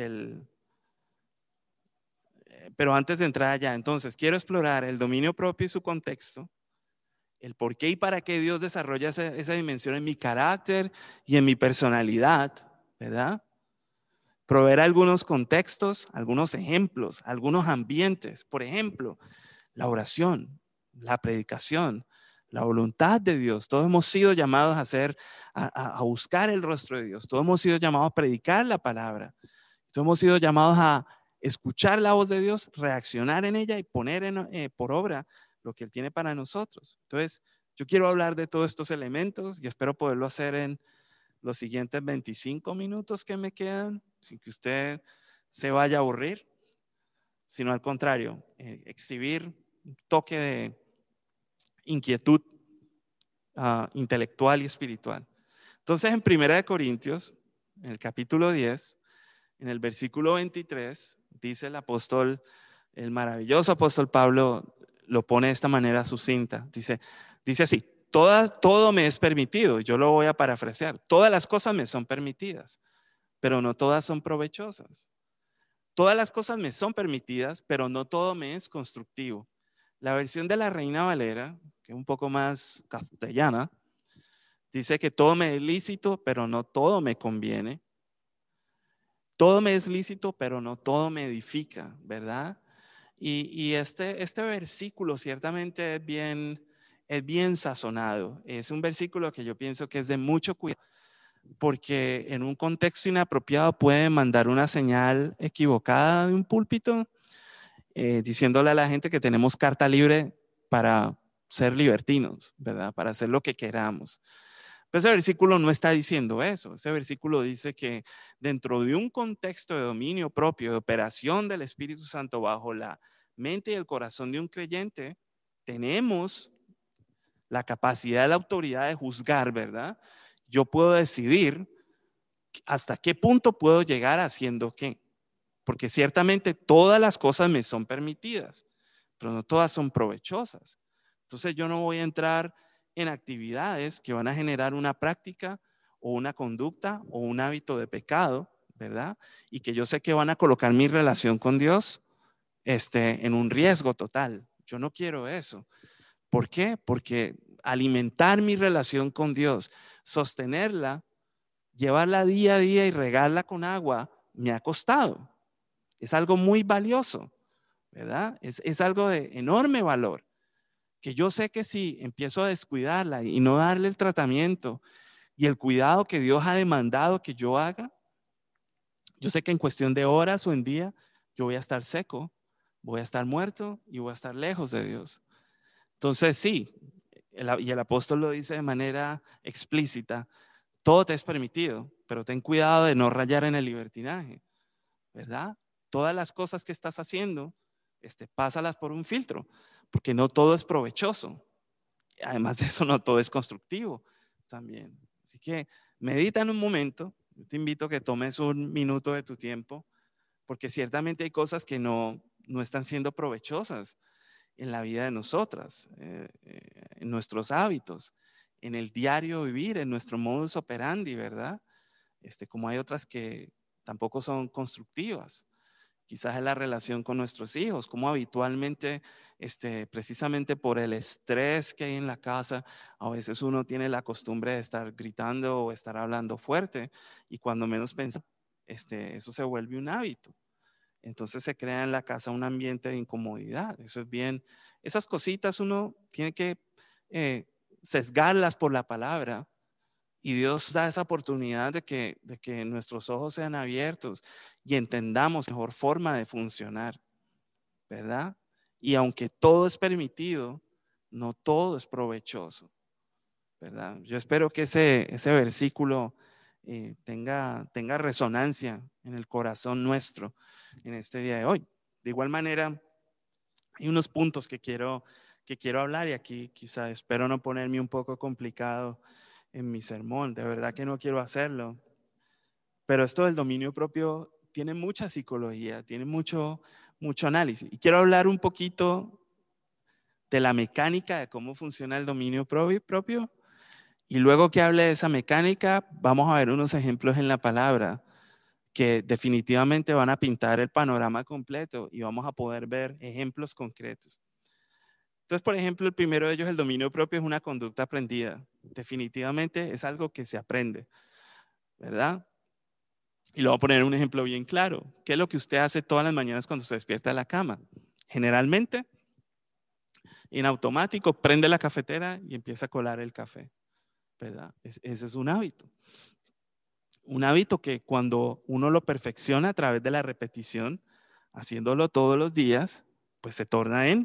Speaker 3: pero antes de entrar allá, entonces quiero explorar el dominio propio y su contexto, el por qué y para qué Dios desarrolla esa dimensión en mi carácter y en mi personalidad, ¿verdad? Proveer algunos contextos, algunos ejemplos, algunos ambientes. Por ejemplo, la oración, la predicación, la voluntad de Dios. Todos hemos sido llamados a buscar el rostro de Dios. Todos hemos sido llamados a predicar la palabra. Todos hemos sido llamados a escuchar la voz de Dios, reaccionar en ella y poner por obra lo que Él tiene para nosotros. Entonces, yo quiero hablar de todos estos elementos y espero poderlo hacer en los siguientes 25 minutos que me quedan, sin que usted se vaya a aburrir, sino al contrario, exhibir un toque de inquietud intelectual y espiritual. Entonces, en 1 Corintios, en el capítulo 10, en el versículo 23, dice el apóstol, el maravilloso apóstol Pablo, lo pone de esta manera sucinta. Dice así: todo me es permitido. Yo lo voy a parafrasear. Todas las cosas me son permitidas, pero no todas son provechosas. Todas las cosas me son permitidas, pero no todo me es constructivo. La versión de la Reina Valera, que es un poco más castellana, dice que todo me es lícito, pero no todo me conviene. Todo me es lícito, pero no todo me edifica, ¿verdad? Y este versículo ciertamente es bien sazonado. Es un versículo que yo pienso que es de mucho cuidado, porque en un contexto inapropiado puede mandar una señal equivocada de un púlpito, diciéndole a la gente que tenemos carta libre para ser libertinos, ¿verdad? Para hacer lo que queramos. Pero ese versículo no está diciendo eso. Ese versículo dice que dentro de un contexto de dominio propio, de operación del Espíritu Santo bajo la mente y el corazón de un creyente, tenemos la capacidad, la autoridad de juzgar, ¿verdad? Yo puedo decidir hasta qué punto puedo llegar haciendo qué. Porque ciertamente todas las cosas me son permitidas, pero no todas son provechosas. Entonces yo no voy a entrar en actividades que van a generar una práctica o una conducta o un hábito de pecado, ¿verdad? Y que yo sé que van a colocar mi relación con Dios en un riesgo total. Yo no quiero eso. ¿Por qué? Porque alimentar mi relación con Dios, sostenerla, llevarla día a día y regarla con agua, me ha costado. Es algo muy valioso, ¿verdad? Es algo de enorme valor, que yo sé que si empiezo a descuidarla y no darle el tratamiento y el cuidado que Dios ha demandado que yo haga, yo sé que en cuestión de horas o en día yo voy a estar seco, voy a estar muerto y voy a estar lejos de Dios. Entonces sí, y el apóstol lo dice de manera explícita: todo te es permitido, pero ten cuidado de no rayar en el libertinaje, ¿verdad? Todas las cosas que estás haciendo, pásalas por un filtro, porque no todo es provechoso. Además de eso, no todo es constructivo también. Así que medita en un momento. Yo te invito a que tomes un minuto de tu tiempo, porque ciertamente hay cosas que no están siendo provechosas en la vida de nosotras, en nuestros hábitos, en el diario vivir, en nuestro modus operandi, ¿verdad? Como hay otras que tampoco son constructivas. Quizás es la relación con nuestros hijos, como habitualmente, precisamente por el estrés que hay en la casa, a veces uno tiene la costumbre de estar gritando o estar hablando fuerte, y cuando menos piensa, eso se vuelve un hábito. Entonces se crea en la casa un ambiente de incomodidad. Eso es bien, esas cositas uno tiene que sesgarlas por la palabra. Y Dios da esa oportunidad de que nuestros ojos sean abiertos y entendamos mejor forma de funcionar, ¿verdad? Y aunque todo es permitido, no todo es provechoso, ¿verdad? Yo espero que ese versículo tenga resonancia en el corazón nuestro en este día de hoy. De igual manera, hay unos puntos que quiero que quiero hablar, y aquí quizá espero no ponerme un poco complicado en mi sermón, de verdad que no quiero hacerlo, pero esto del dominio propio tiene mucha psicología, tiene mucho análisis, y quiero hablar un poquito de la mecánica de cómo funciona el dominio propio, y luego que hable de esa mecánica, vamos a ver unos ejemplos en la palabra que definitivamente van a pintar el panorama completo y vamos a poder ver ejemplos concretos. Entonces, por ejemplo, el primero de ellos, el dominio propio, es una conducta aprendida. Definitivamente es algo que se aprende, ¿verdad? Y le voy a poner un ejemplo bien claro. ¿Qué es lo que usted hace todas las mañanas cuando se despierta de la cama? Generalmente, en automático, prende la cafetera y empieza a colar el café, ¿verdad? Ese es un hábito. Un hábito que cuando uno lo perfecciona a través de la repetición, haciéndolo todos los días, pues se torna en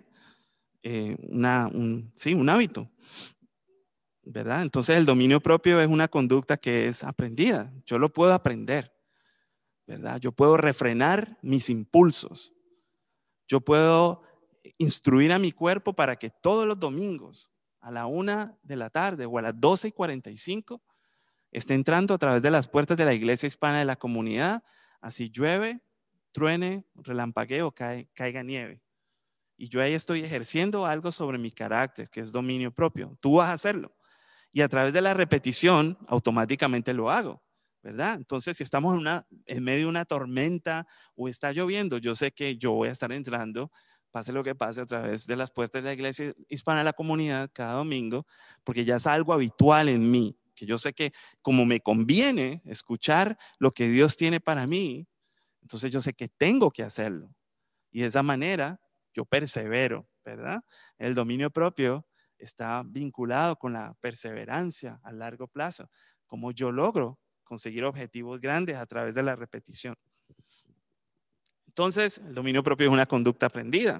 Speaker 3: un hábito, ¿verdad? Entonces el dominio propio es una conducta que es aprendida. Yo lo puedo aprender, ¿verdad? Yo puedo refrenar mis impulsos. Yo puedo instruir a mi cuerpo para que todos los domingos a la 1 de la tarde o a las 12:45 esté entrando a través de las puertas de la iglesia hispana de la comunidad, así llueve, truene, relampaguee o caiga nieve. Y yo ahí estoy ejerciendo algo sobre mi carácter, que es dominio propio. Tú vas a hacerlo. Y a través de la repetición, automáticamente lo hago, ¿verdad? Entonces, si estamos en medio de una tormenta o está lloviendo, yo sé que yo voy a estar entrando, pase lo que pase, a través de las puertas de la iglesia hispana de la comunidad cada domingo, porque ya es algo habitual en mí, que yo sé que como me conviene escuchar lo que Dios tiene para mí, entonces yo sé que tengo que hacerlo. Y de esa manera yo persevero, ¿verdad? El dominio propio está vinculado con la perseverancia a largo plazo, como yo logro conseguir objetivos grandes a través de la repetición. Entonces, el dominio propio es una conducta aprendida.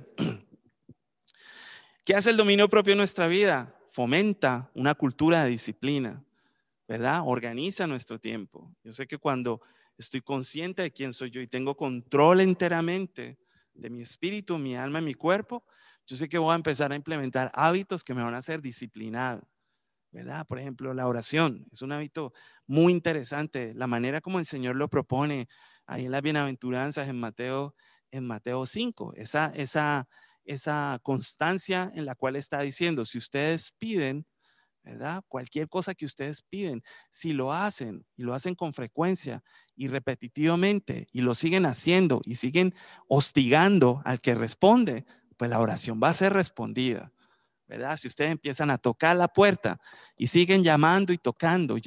Speaker 3: ¿Qué hace el dominio propio en nuestra vida? Fomenta una cultura de disciplina, ¿verdad? Organiza nuestro tiempo. Yo sé que cuando estoy consciente de quién soy yo y tengo control enteramente de mi espíritu, mi alma y mi cuerpo, yo sé que voy a empezar a implementar hábitos que me van a hacer disciplinado, ¿verdad? Por ejemplo, la oración es un hábito muy interesante. La manera como el Señor lo propone ahí en las bienaventuranzas en Mateo 5, esa constancia en la cual está diciendo, si ustedes piden, ¿verdad? Cualquier cosa que ustedes piden, si lo hacen y lo hacen con frecuencia y repetitivamente y lo siguen haciendo y siguen hostigando al que responde, pues la oración va a ser respondida, ¿verdad? Si ustedes empiezan a tocar la puerta y siguen llamando y tocando,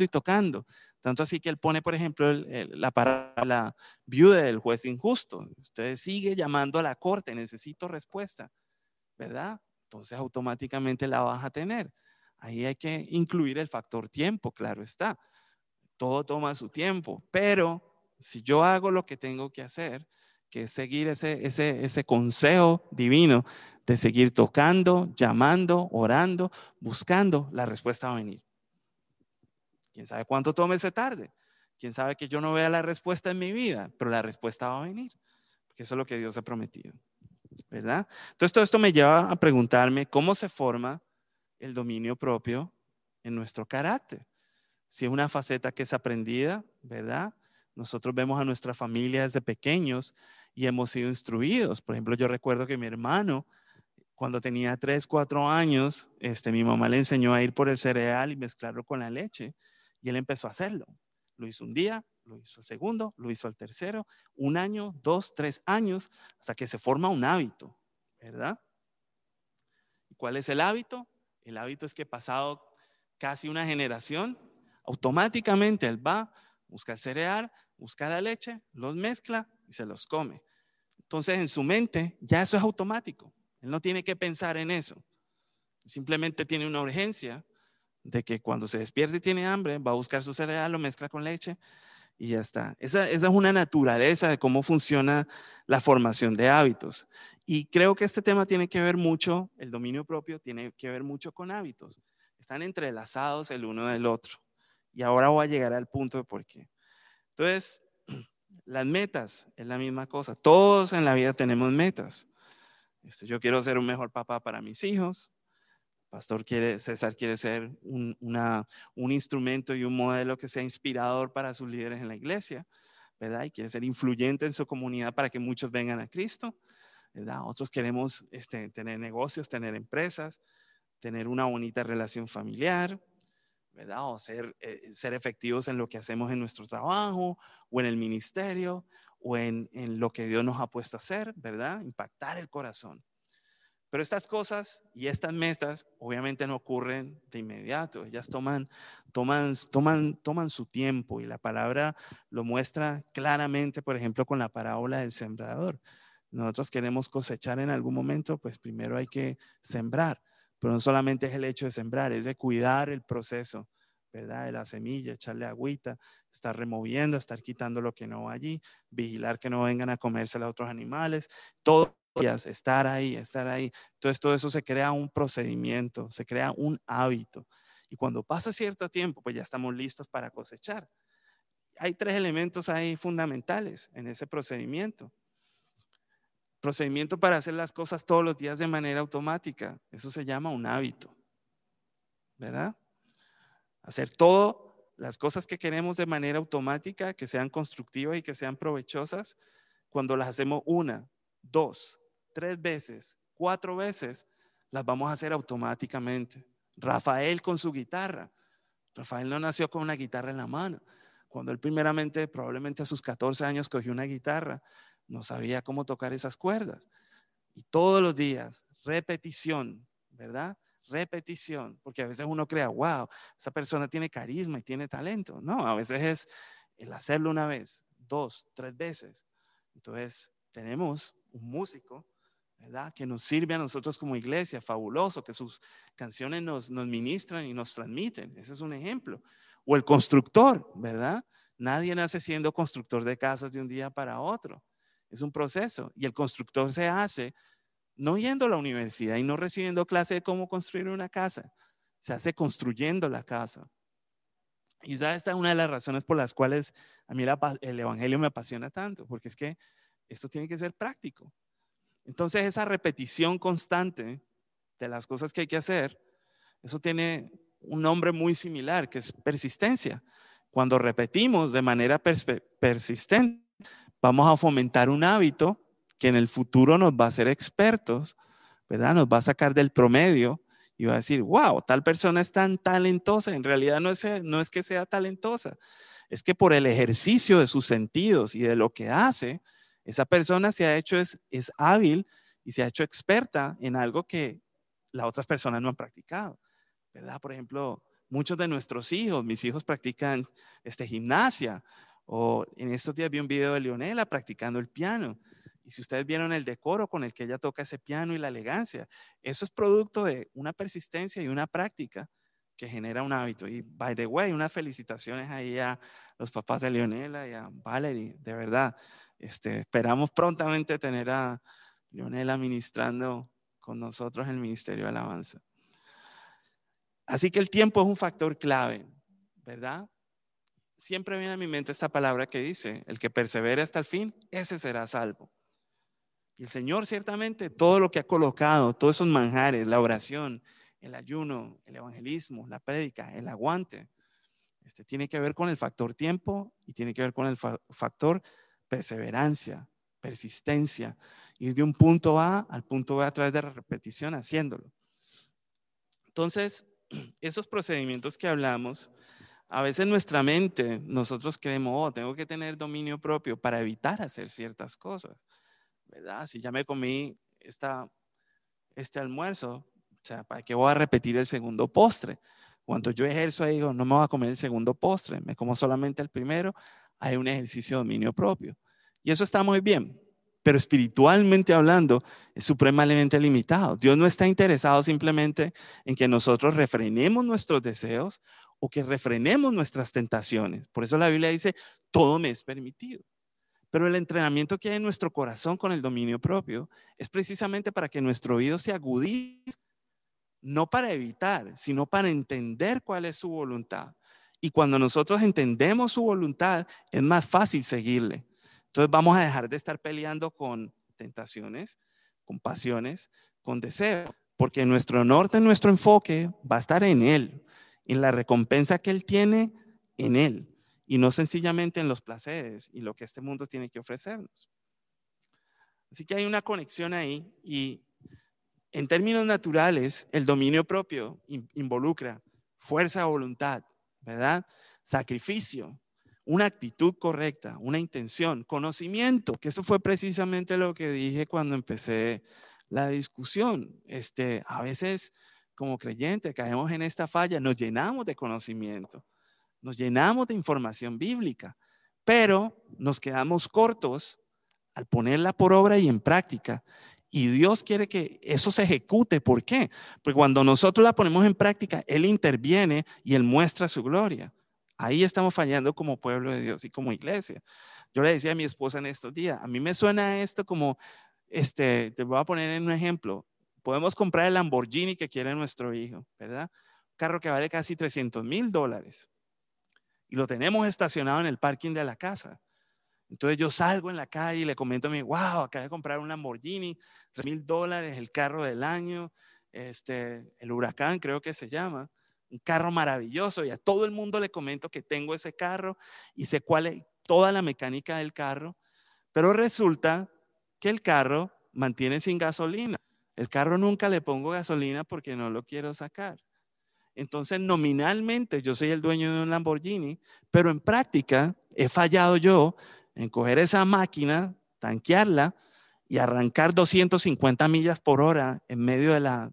Speaker 3: tanto así que él pone, por ejemplo, la parábola viuda del juez injusto. Ustedes siguen llamando a la corte, necesito respuesta, ¿verdad? Entonces automáticamente la vas a tener. Ahí hay que incluir el factor tiempo, claro está. Todo toma su tiempo, pero si yo hago lo que tengo que hacer, que es seguir ese consejo divino de seguir tocando, llamando, orando, buscando, la respuesta va a venir. ¿Quién sabe cuánto tome ese tarde? ¿Quién sabe que yo no vea la respuesta en mi vida? Pero la respuesta va a venir, porque eso es lo que Dios ha prometido, ¿verdad? Entonces todo esto me lleva a preguntarme cómo se forma el dominio propio en nuestro carácter. Si es una faceta que es aprendida, ¿verdad? Nosotros vemos a nuestra familia desde pequeños y hemos sido instruidos. Por ejemplo, yo recuerdo que mi hermano, cuando tenía 3, 4 años, mi mamá le enseñó a ir por el cereal y mezclarlo con la leche y él empezó a hacerlo. Lo hizo un día, lo hizo el segundo, lo hizo el tercero, 1 año, 2, 3 años, hasta que se forma un hábito, ¿verdad? ¿Y cuál es el hábito? El hábito es que pasado casi una generación, automáticamente él va, busca el cereal, busca la leche, los mezcla y se los come. Entonces en su mente ya eso es automático. Él no tiene que pensar en eso. Simplemente tiene una urgencia de que cuando se despierte y tiene hambre, va a buscar su cereal, lo mezcla con leche y ya está. Esa es una naturaleza de cómo funciona la formación de hábitos. Y creo que este tema tiene que ver mucho, el dominio propio tiene que ver mucho con hábitos. Están entrelazados el uno del otro. Y ahora voy a llegar al punto de por qué. Entonces, las metas es la misma cosa. Todos en la vida tenemos metas. Yo quiero ser un mejor papá para mis hijos. César quiere ser un instrumento y un modelo que sea inspirador para sus líderes en la iglesia, ¿verdad? Y quiere ser influyente en su comunidad para que muchos vengan a Cristo, ¿verdad? Otros queremos tener negocios, tener empresas, tener una bonita relación familiar, ¿verdad? O ser efectivos en lo que hacemos en nuestro trabajo o en el ministerio o en lo que Dios nos ha puesto a hacer, ¿verdad? Impactar el corazón. Pero estas cosas y estas metas obviamente no ocurren de inmediato. Ellas toman su tiempo, y la palabra lo muestra claramente, por ejemplo, con la parábola del sembrador. Nosotros queremos cosechar en algún momento, pues primero hay que sembrar. Pero no solamente es el hecho de sembrar, es de cuidar el proceso, ¿verdad? De la semilla, echarle agüita, estar removiendo, estar quitando lo que no va allí, vigilar que no vengan a comérsela a otros animales, todo. Estar ahí. Entonces todo eso se crea un procedimiento, se crea un hábito. Y cuando pasa cierto tiempo, pues ya estamos listos para cosechar. Hay 3 elementos ahí fundamentales en ese procedimiento. Procedimiento para hacer las cosas todos los días de manera automática. Eso se llama un hábito, ¿verdad? Hacer todas las cosas que queremos de manera automática, que sean constructivas y que sean provechosas, cuando las hacemos 1, 2, 3 veces, 4 veces, las vamos a hacer automáticamente. Rafael con su guitarra. Rafael no nació con una guitarra en la mano. Cuando él primeramente, probablemente a sus 14 años, cogió una guitarra, no sabía cómo tocar esas cuerdas. Y todos los días, repetición, ¿verdad? Repetición, porque a veces uno crea, wow, esa persona tiene carisma y tiene talento. No, a veces es el hacerlo 1 vez, 2, 3 veces. Entonces, tenemos un músico, ¿verdad?, que nos sirve a nosotros como iglesia, fabuloso, que sus canciones nos ministran y nos transmiten. Ese es un ejemplo. O el constructor, ¿verdad? Nadie nace siendo constructor de casas de un día para otro. Es un proceso, y el constructor se hace no yendo a la universidad y no recibiendo clase de cómo construir una casa. Se hace construyendo la casa. Y esta es una de las razones por las cuales a mí el evangelio me apasiona tanto, porque es que esto tiene que ser práctico. Entonces, esa repetición constante de las cosas que hay que hacer, eso tiene un nombre muy similar, que es persistencia. Cuando repetimos de manera persistente, vamos a fomentar un hábito que en el futuro nos va a hacer expertos, ¿verdad? Nos va a sacar del promedio y va a decir, wow, tal persona es tan talentosa. En realidad no es que sea talentosa, es que por el ejercicio de sus sentidos y de lo que hace, esa persona se ha hecho, es hábil y se ha hecho experta en algo que las otras personas no han practicado, ¿verdad? Por ejemplo, muchos de nuestros hijos, mis hijos practican gimnasia, o en estos días vi un video de Leonela practicando el piano. Y si ustedes vieron el decoro con el que ella toca ese piano y la elegancia, eso es producto de una persistencia y una práctica que genera un hábito. Y by the way, unas felicitaciones ahí a los papás de Leonela y a Valerie, de verdad. Esperamos prontamente tener a Leonela ministrando con nosotros en el Ministerio de Alabanza. Así que el tiempo es un factor clave, ¿verdad? Siempre viene a mi mente esta palabra que dice, el que persevere hasta el fin, ese será salvo. Y el Señor ciertamente todo lo que ha colocado, todos esos manjares, la oración, el ayuno, el evangelismo, la prédica, el aguante, tiene que ver con el factor tiempo y tiene que ver con el factor perseverancia, persistencia, ir de un punto A al punto B a través de la repetición haciéndolo. Entonces, esos procedimientos que hablamos, a veces en nuestra mente nosotros creemos, tengo que tener dominio propio para evitar hacer ciertas cosas, ¿verdad? Si ya me comí este almuerzo, o sea, ¿para qué voy a repetir el segundo postre? Cuando yo ejerzo ahí, digo, no me voy a comer el segundo postre, me como solamente el primero, hay un ejercicio de dominio propio. Y eso está muy bien, pero espiritualmente hablando es supremamente limitado. Dios no está interesado simplemente en que nosotros refrenemos nuestros deseos o que refrenemos nuestras tentaciones. Por eso la Biblia dice, todo me es permitido. Pero el entrenamiento que hay en nuestro corazón con el dominio propio es precisamente para que nuestro oído se agudice, no para evitar, sino para entender cuál es su voluntad. Y cuando nosotros entendemos su voluntad, es más fácil seguirle. Entonces vamos a dejar de estar peleando con tentaciones, con pasiones, con deseo, porque nuestro norte, nuestro enfoque va a estar en Él, en la recompensa que Él tiene en Él, y no sencillamente en los placeres y lo que este mundo tiene que ofrecernos. Así que hay una conexión ahí, y en términos naturales, el dominio propio involucra fuerza de voluntad, ¿verdad? Sacrificio, una actitud correcta, una intención, conocimiento, que eso fue precisamente lo que dije cuando empecé la discusión. A veces, como creyentes, caemos en esta falla, nos llenamos de conocimiento, nos llenamos de información bíblica, pero nos quedamos cortos al ponerla por obra y en práctica. Y Dios quiere que eso se ejecute. ¿Por qué? Porque cuando nosotros la ponemos en práctica, Él interviene y Él muestra su gloria. Ahí estamos fallando como pueblo de Dios y como iglesia. Yo le decía a mi esposa en estos días, a mí me suena esto como, te voy a poner en un ejemplo. Podemos comprar el Lamborghini que quiere nuestro hijo, ¿verdad? Un carro que vale casi $300,000 y lo tenemos estacionado en el parking de la casa. Entonces yo salgo en la calle y le comento a mí, wow, acabé de comprar un Lamborghini, $3,000, el carro del año, el Huracán creo que se llama, un carro maravilloso, y a todo el mundo le comento que tengo ese carro y sé cuál es toda la mecánica del carro, pero resulta que el carro mantiene sin gasolina. El carro nunca le pongo gasolina porque no lo quiero sacar. Entonces, nominalmente yo soy el dueño de un Lamborghini, pero en práctica he fallado yo en coger esa máquina, tanquearla y arrancar 250 millas por hora en medio de la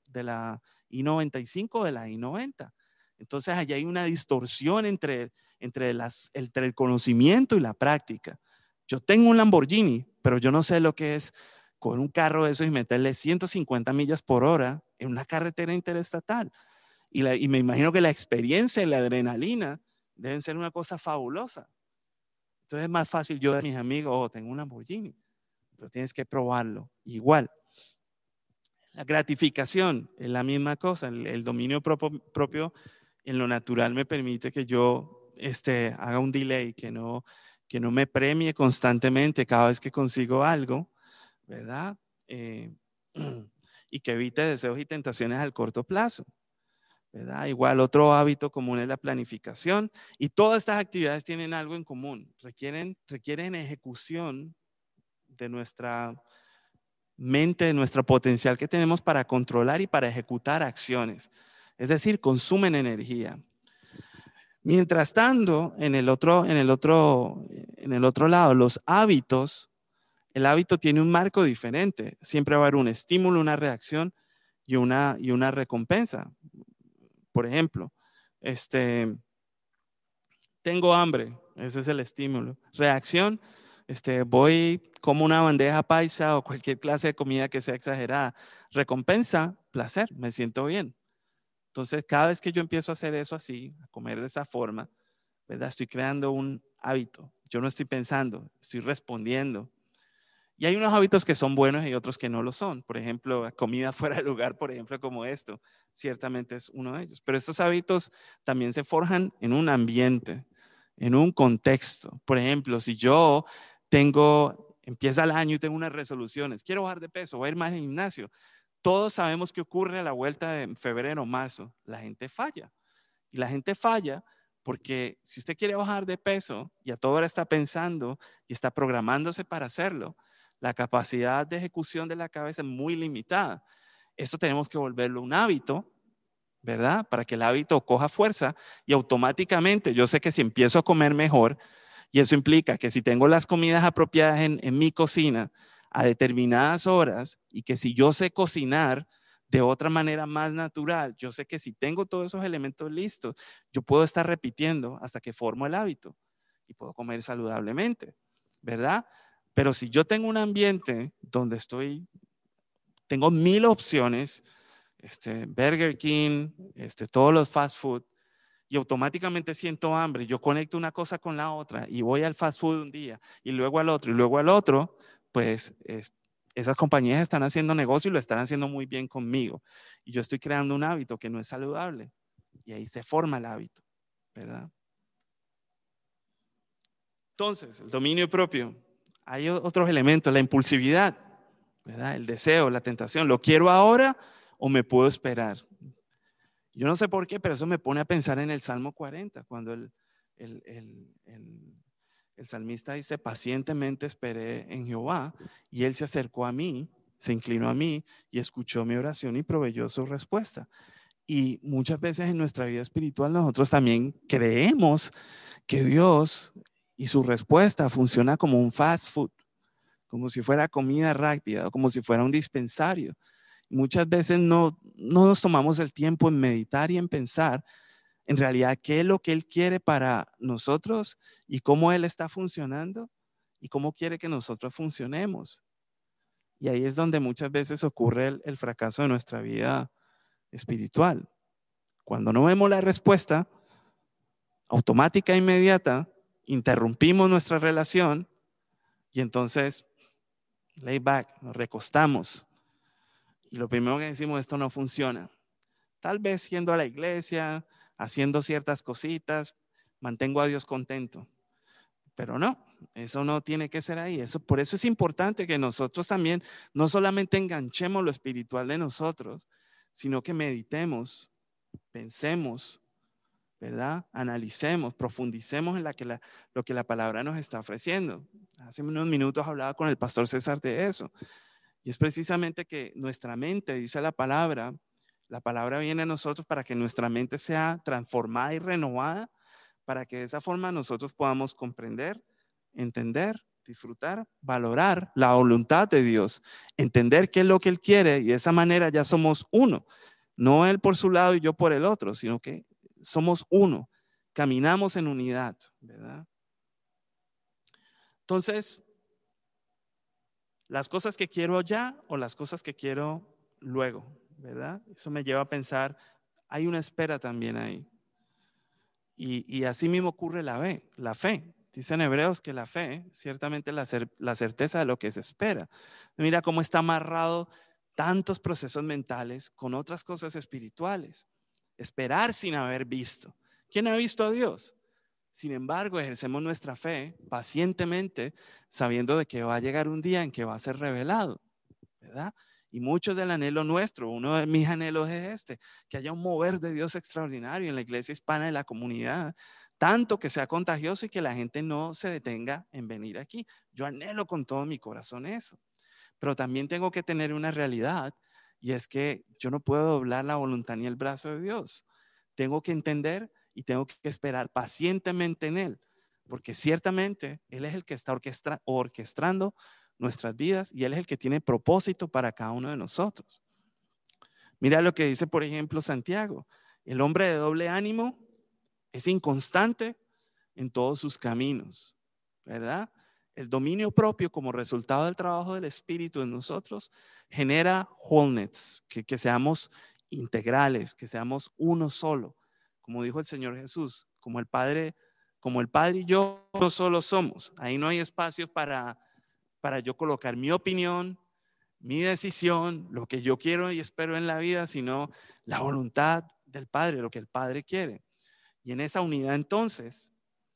Speaker 3: I-95, de la I-90. Entonces, allá hay una distorsión entre el conocimiento y la práctica. Yo tengo un Lamborghini, pero yo no sé lo que es coger un carro de esos y meterle 150 millas por hora en una carretera interestatal. Y me imagino que la experiencia y la adrenalina deben ser una cosa fabulosa. Entonces es más fácil yo decir a mis amigos, oh, tengo un Lamborghini, pero tienes que probarlo. Igual, la gratificación es la misma cosa. El dominio propio en lo natural me permite que yo haga un delay, que no me premie constantemente cada vez que consigo algo, ¿verdad? Y que evite deseos y tentaciones al corto plazo, ¿verdad? Igual otro hábito común es la planificación, y todas estas actividades tienen algo en común, requieren ejecución de nuestra mente, de nuestro potencial que tenemos para controlar y para ejecutar acciones, es decir, consumen energía. Mientras tanto, en el otro lado, los hábitos, el hábito tiene un marco diferente, siempre va a haber un estímulo, una reacción y una recompensa. Por ejemplo, tengo hambre, ese es el estímulo. Reacción, voy como una bandeja paisa o cualquier clase de comida que sea exagerada. Recompensa, placer, me siento bien. Entonces, cada vez que yo empiezo a hacer eso así, a comer de esa forma, ¿verdad? Estoy creando un hábito. Yo no estoy pensando, estoy respondiendo. Y hay unos hábitos que son buenos y otros que no lo son. Por ejemplo, comida fuera de lugar, por ejemplo, como esto, ciertamente es uno de ellos. Pero estos hábitos también se forjan en un ambiente, en un contexto. Por ejemplo, si yo empieza el año y tengo unas resoluciones, quiero bajar de peso, voy a ir más al gimnasio. Todos sabemos qué ocurre a la vuelta de febrero o marzo. La gente falla. Y la gente falla porque si usted quiere bajar de peso y a toda hora está pensando y está programándose para hacerlo, la capacidad de ejecución de la cabeza es muy limitada. Esto tenemos que volverlo un hábito, ¿verdad? Para que el hábito coja fuerza y automáticamente yo sé que si empiezo a comer mejor, y eso implica que si tengo las comidas apropiadas en mi cocina a determinadas horas, y que si yo sé cocinar de otra manera más natural, yo sé que si tengo todos esos elementos listos, yo puedo estar repitiendo hasta que formo el hábito y puedo comer saludablemente, ¿verdad? Pero si yo tengo un ambiente donde tengo 1000 opciones, Burger King, todos los fast food, y automáticamente siento hambre, yo conecto una cosa con la otra y voy al fast food un día y luego al otro y luego al otro, pues esas compañías están haciendo negocio y lo están haciendo muy bien conmigo. Y yo estoy creando un hábito que no es saludable y ahí se forma el hábito, ¿verdad? Entonces, el dominio propio. Hay otros elementos, la impulsividad. ¿verdad? El deseo, la tentación. ¿Lo quiero ahora o me puedo esperar? Yo no sé por qué, pero eso me pone a pensar en el Salmo 40, cuando el salmista dice: pacientemente esperé en Jehová, y él se acercó a mí, se inclinó a mí y escuchó mi oración y proveyó su respuesta. Y muchas veces en nuestra vida espiritual nosotros también creemos que Dios y su respuesta funciona como un fast food, como si fuera comida rápida o como si fuera un dispensario. Muchas veces no nos tomamos el tiempo en meditar y en pensar en realidad qué es lo que Él quiere para nosotros y cómo Él está funcionando y cómo quiere que nosotros funcionemos. Y ahí es donde muchas veces ocurre el fracaso de nuestra vida espiritual. Cuando no vemos la respuesta automática e inmediata, interrumpimos nuestra relación y entonces lay back, nos recostamos. Y lo primero que decimos: esto no funciona. Tal vez yendo a la iglesia, haciendo ciertas cositas, mantengo a Dios contento. Pero no, eso no tiene que ser ahí. Por eso es importante que nosotros también no solamente enganchemos lo espiritual de nosotros, sino que meditemos, pensemos, ¿verdad? Analicemos, profundicemos en lo que la palabra nos está ofreciendo. Hace unos minutos hablaba con el pastor César de eso. Y es precisamente que nuestra mente, dice la palabra viene a nosotros para que nuestra mente sea transformada y renovada, para que de esa forma nosotros podamos comprender, entender, disfrutar, valorar la voluntad de Dios, entender qué es lo que Él quiere, y de esa manera ya somos uno. No Él por su lado y yo por el otro, sino que somos uno, caminamos en unidad, ¿verdad? Entonces, las cosas que quiero ya o las cosas que quiero luego, ¿verdad? Eso me lleva a pensar, hay una espera también ahí. Y así mismo ocurre la fe. Dicen Hebreos que la fe, ciertamente la certeza de lo que se espera. Mira cómo está amarrado tantos procesos mentales con otras cosas espirituales. Esperar sin haber visto. ¿Quién ha visto a Dios? Sin embargo, ejercemos nuestra fe pacientemente, sabiendo de que va a llegar un día en que va a ser revelado, ¿verdad? Y mucho del anhelo nuestro, uno de mis anhelos es que haya un mover de Dios extraordinario en la iglesia hispana, en la comunidad, tanto que sea contagioso y que la gente no se detenga en venir aquí. Yo anhelo con todo mi corazón eso, pero también tengo que tener una realidad, y es que yo no puedo doblar la voluntad ni el brazo de Dios. Tengo que entender y tengo que esperar pacientemente en Él, porque ciertamente Él es el que está orquestando nuestras vidas, y Él es el que tiene propósito para cada uno de nosotros. Mira lo que dice, por ejemplo, Santiago: el hombre de doble ánimo es inconstante en todos sus caminos, ¿verdad? El dominio propio, como resultado del trabajo del Espíritu en nosotros, genera wholeness, que seamos integrales, que seamos uno solo. Como dijo el Señor Jesús, como el Padre y yo no solo somos. Ahí no hay espacio para yo colocar mi opinión, mi decisión, lo que yo quiero y espero en la vida, sino la voluntad del Padre, lo que el Padre quiere. Y en esa unidad entonces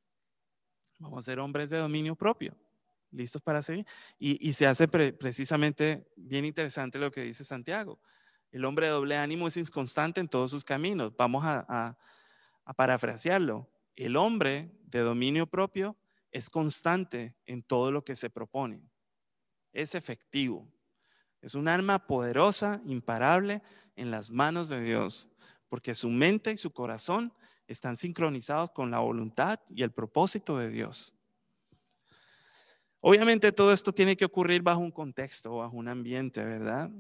Speaker 3: vamos a ser hombres de dominio propio, listos para seguir. Y se hace precisamente bien interesante lo que dice Santiago. El hombre de doble ánimo es inconstante en todos sus caminos. Vamos a parafrasearlo. El hombre de dominio propio es constante en todo lo que se propone. Es efectivo. Es un arma poderosa, imparable en las manos de Dios, porque su mente y su corazón están sincronizados con la voluntad y el propósito de Dios. Obviamente todo esto tiene que ocurrir bajo un contexto, bajo un ambiente, ¿verdad?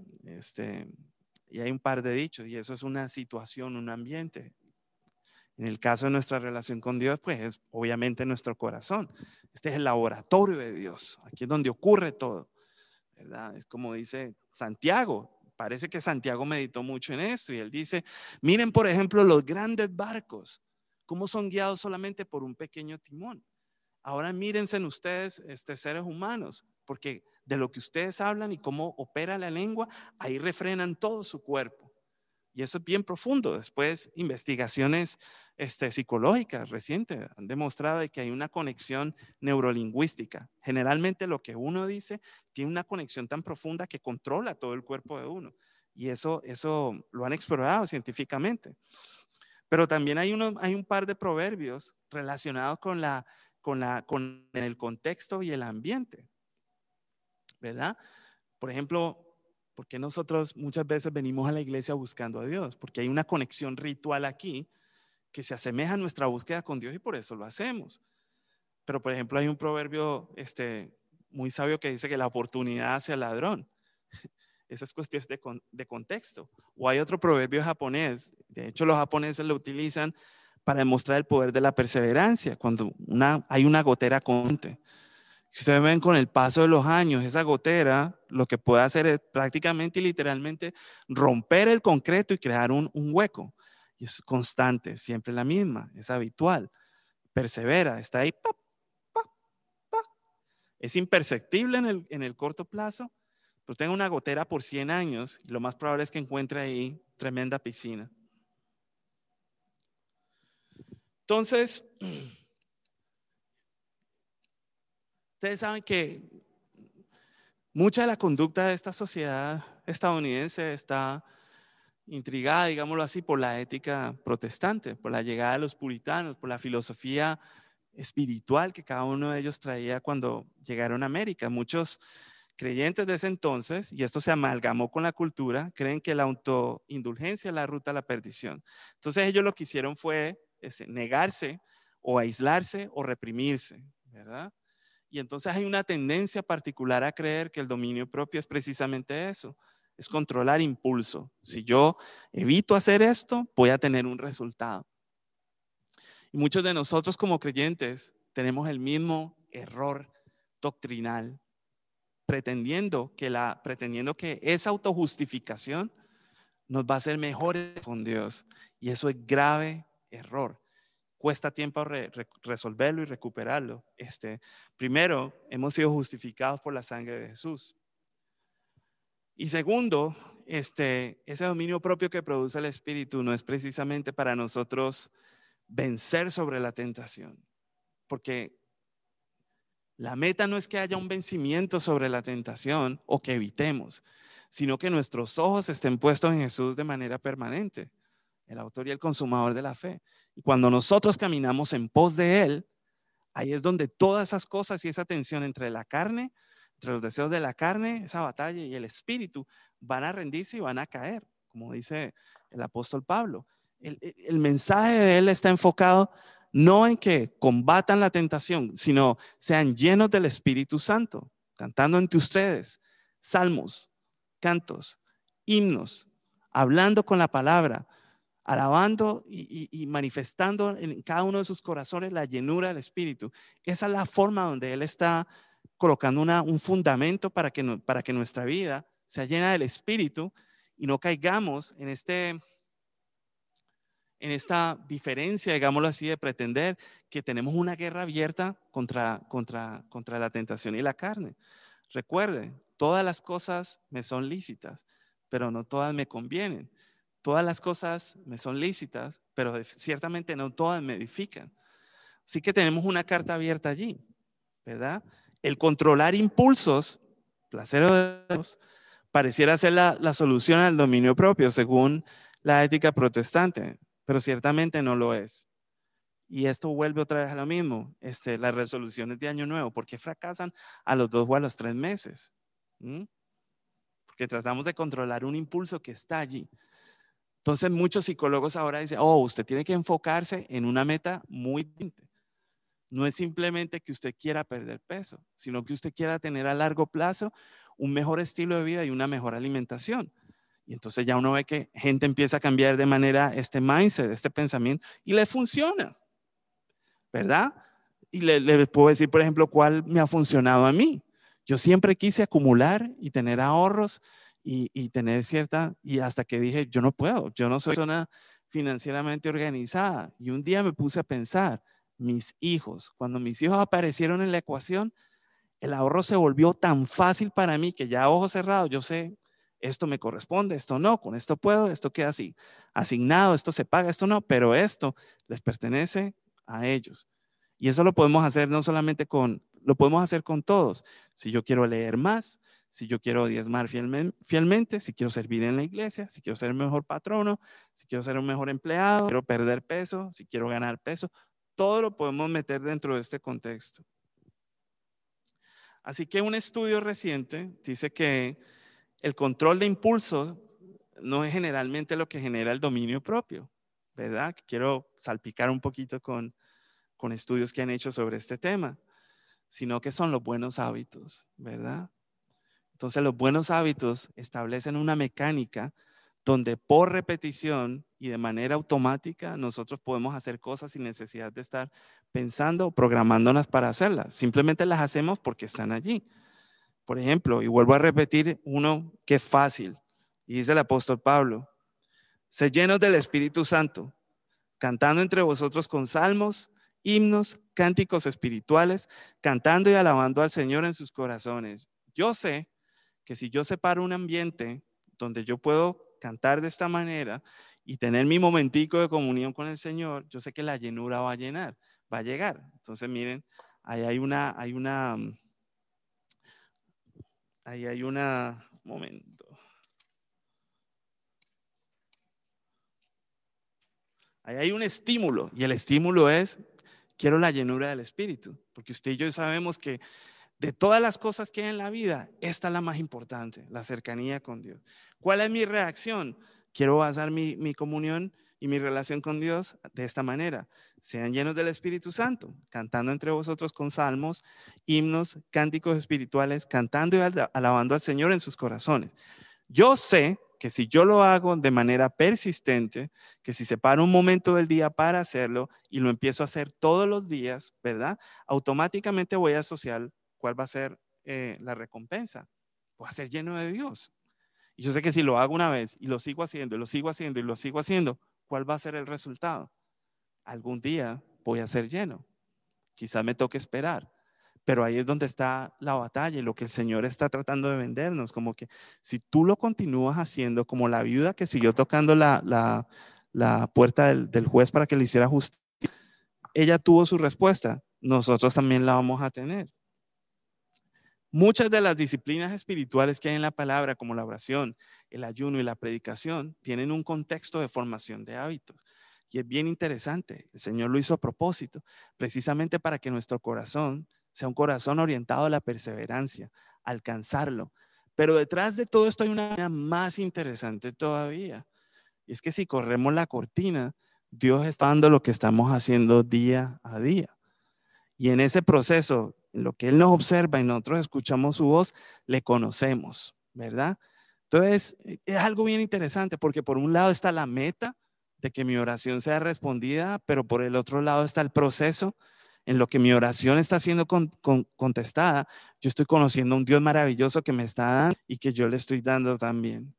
Speaker 3: Y hay un par de dichos, y eso es una situación, un ambiente. En el caso de nuestra relación con Dios, pues es obviamente nuestro corazón. Este es el laboratorio de Dios. Aquí es donde ocurre todo, ¿verdad? Es como dice Santiago. Parece que Santiago meditó mucho en esto, y él dice: miren, por ejemplo, los grandes barcos, cómo son guiados solamente por un pequeño timón. Ahora mírense en ustedes, seres humanos, porque de lo que ustedes hablan y cómo opera la lengua, ahí refrenan todo su cuerpo. Y eso es bien profundo. Después, investigaciones psicológicas recientes han demostrado de que hay una conexión neurolingüística. Generalmente lo que uno dice tiene una conexión tan profunda que controla todo el cuerpo de uno. Y eso lo han explorado científicamente. Pero también hay un par de proverbios relacionados con el contexto y el ambiente, ¿verdad? Por ejemplo, ¿por qué nosotros muchas veces venimos a la iglesia buscando a Dios? Porque hay una conexión ritual aquí que se asemeja a nuestra búsqueda con Dios y por eso lo hacemos. Pero, por ejemplo, hay un proverbio muy sabio que dice que la oportunidad hace al ladrón. Esas cuestiones de contexto. O hay otro proverbio japonés, de hecho los japoneses lo utilizan para demostrar el poder de la perseverancia, cuando hay una gotera constante. Si ustedes ven con el paso de los años, esa gotera lo que puede hacer es prácticamente y literalmente romper el concreto y crear un hueco. Y es constante, siempre la misma, es habitual, persevera, está ahí, pa, pa, pa. Es imperceptible en el corto plazo, pero tenga una gotera por 100 años y lo más probable es que encuentre ahí tremenda piscina. Entonces, ustedes saben que mucha de la conducta de esta sociedad estadounidense está intrigada, digámoslo así, por la ética protestante, por la llegada de los puritanos, por la filosofía espiritual que cada uno de ellos traía cuando llegaron a América. Muchos creyentes de ese entonces, y esto se amalgamó con la cultura, creen que la autoindulgencia es la ruta a la perdición. Entonces ellos lo que hicieron fue negarse o aislarse o reprimirse, ¿verdad? Y entonces hay una tendencia particular a creer que el dominio propio es precisamente eso, es controlar impulso. Si yo evito hacer esto, voy a tener un resultado. Y muchos de nosotros como creyentes tenemos el mismo error doctrinal, pretendiendo que esa autojustificación nos va a hacer mejores con Dios. Y eso es grave error. Cuesta tiempo resolverlo y recuperarlo. Primero, hemos sido justificados por la sangre de Jesús. Y segundo, ese dominio propio que produce el Espíritu no es precisamente para nosotros vencer sobre la tentación. Porque la meta no es que haya un vencimiento sobre la tentación o que evitemos, sino que nuestros ojos estén puestos en Jesús de manera permanente, el autor y el consumador de la fe. Y cuando nosotros caminamos en pos de Él, ahí es donde todas esas cosas y esa tensión entre la carne, entre los deseos de la carne, esa batalla y el espíritu, van a rendirse y van a caer, como dice el apóstol Pablo. El mensaje de Él está enfocado no en que combatan la tentación, sino sean llenos del Espíritu Santo, cantando entre ustedes salmos, cantos, himnos, hablando con la palabra, alabando y manifestando en cada uno de sus corazones la llenura del Espíritu. Esa es la forma donde Él está colocando un fundamento para que nuestra vida sea llena del Espíritu y no caigamos en esta diferencia, digámoslo así, de pretender que tenemos una guerra abierta contra la tentación y la carne. Recuerden, todas las cosas me son lícitas, pero no todas me convienen. Todas las cosas me son lícitas, pero ciertamente no todas me edifican. Así que tenemos una carta abierta allí, ¿verdad? El controlar impulsos, placeres de Dios, pareciera ser la solución al dominio propio, según la ética protestante. Pero ciertamente no lo es. Y esto vuelve otra vez a lo mismo. Las resoluciones de Año Nuevo, ¿por qué fracasan a los 2 o a los 3 meses? Porque tratamos de controlar un impulso que está allí. Entonces muchos psicólogos ahora dicen, usted tiene que enfocarse en una meta muy diferente. No es simplemente que usted quiera perder peso, sino que usted quiera tener a largo plazo un mejor estilo de vida y una mejor alimentación. Y entonces ya uno ve que gente empieza a cambiar de manera este mindset, este pensamiento, y le funciona, ¿verdad? Y le puedo decir, por ejemplo, cuál me ha funcionado a mí. Yo siempre quise acumular y tener ahorros y tener y hasta que dije, yo no puedo, yo no soy persona financieramente organizada. Y un día me puse a pensar, cuando mis hijos aparecieron en la ecuación, el ahorro se volvió tan fácil para mí que ya a ojos cerrados yo sé esto me corresponde, esto no, con esto puedo, esto queda así, asignado, esto se paga, esto no, pero esto les pertenece a ellos. Y eso lo podemos hacer no solamente lo podemos hacer con todos. Si yo quiero leer más, si yo quiero diezmar fielmente, si quiero servir en la iglesia, si quiero ser un mejor patrono, si quiero ser un mejor empleado, si quiero perder peso, si quiero ganar peso, todo lo podemos meter dentro de este contexto. Así que un estudio reciente dice que el control de impulsos no es generalmente lo que genera el dominio propio, ¿verdad? Quiero salpicar un poquito con estudios que han hecho sobre este tema, sino que son los buenos hábitos, ¿verdad? Entonces los buenos hábitos establecen una mecánica donde por repetición y de manera automática nosotros podemos hacer cosas sin necesidad de estar pensando o programándolas para hacerlas. Simplemente las hacemos porque están allí. Por ejemplo, y vuelvo a repetir uno que es fácil, y dice el apóstol Pablo: sed llenos del Espíritu Santo, cantando entre vosotros con salmos, himnos, cánticos espirituales, cantando y alabando al Señor en sus corazones. Yo sé que si yo separo un ambiente donde yo puedo cantar de esta manera y tener mi momentico de comunión con el Señor, yo sé que la llenura va a llegar. Entonces miren, ahí hay una momento. Ahí hay un estímulo, y el estímulo es: quiero la llenura del Espíritu, porque usted y yo sabemos que de todas las cosas que hay en la vida, esta es la más importante, la cercanía con Dios. ¿Cuál es mi reacción? Quiero basar mi comunión y mi relación con Dios de esta manera: sean llenos del Espíritu Santo, cantando entre vosotros con salmos, himnos, cánticos espirituales, cantando y alabando al Señor en sus corazones. Yo sé que si yo lo hago de manera persistente, que si separo un momento del día para hacerlo y lo empiezo a hacer todos los días, ¿verdad? Automáticamente voy a asociar cuál va a ser la recompensa. Voy a ser lleno de Dios. Y yo sé que si lo hago una vez y lo sigo haciendo y lo sigo haciendo y lo sigo haciendo, ¿cuál va a ser el resultado? Algún día voy a ser lleno. Quizás me toque esperar. Pero ahí es donde está la batalla y lo que el Señor está tratando de vendernos, como que si tú lo continúas haciendo, como la viuda que siguió tocando la puerta del juez para que le hiciera justicia, ella tuvo su respuesta, nosotros también la vamos a tener. Muchas de las disciplinas espirituales que hay en la palabra, como la oración, el ayuno y la predicación, tienen un contexto de formación de hábitos. Y es bien interesante, el Señor lo hizo a propósito, precisamente para que nuestro corazón sea un corazón orientado a la perseverancia, a alcanzarlo. Pero detrás de todo esto hay una manera más interesante todavía. Y es que si corremos la cortina, Dios está dando lo que estamos haciendo día a día. Y en ese proceso, en lo que Él nos observa y nosotros escuchamos su voz, le conocemos, ¿verdad? Entonces, es algo bien interesante porque por un lado está la meta de que mi oración sea respondida, pero por el otro lado está el proceso en lo que mi oración está siendo contestada. Yo estoy conociendo a un Dios maravilloso que me está dando y que yo le estoy dando también.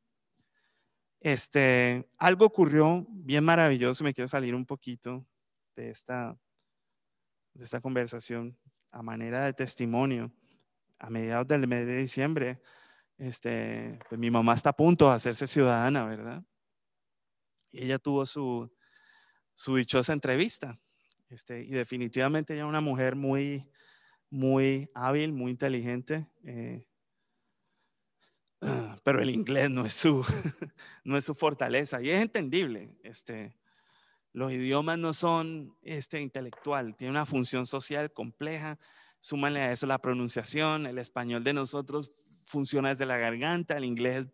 Speaker 3: Algo ocurrió bien maravilloso, me quiero salir un poquito de esta conversación a manera de testimonio. A mediados del mes de diciembre, pues mi mamá está a punto de hacerse ciudadana, ¿verdad? Y ella tuvo su dichosa entrevista. Y definitivamente ella es una mujer muy, muy hábil, muy inteligente, pero el inglés no es no es su fortaleza. Y es entendible. Los idiomas no son intelectual, tiene una función social compleja. Súmale a eso la pronunciación. El español de nosotros funciona desde la garganta, el inglés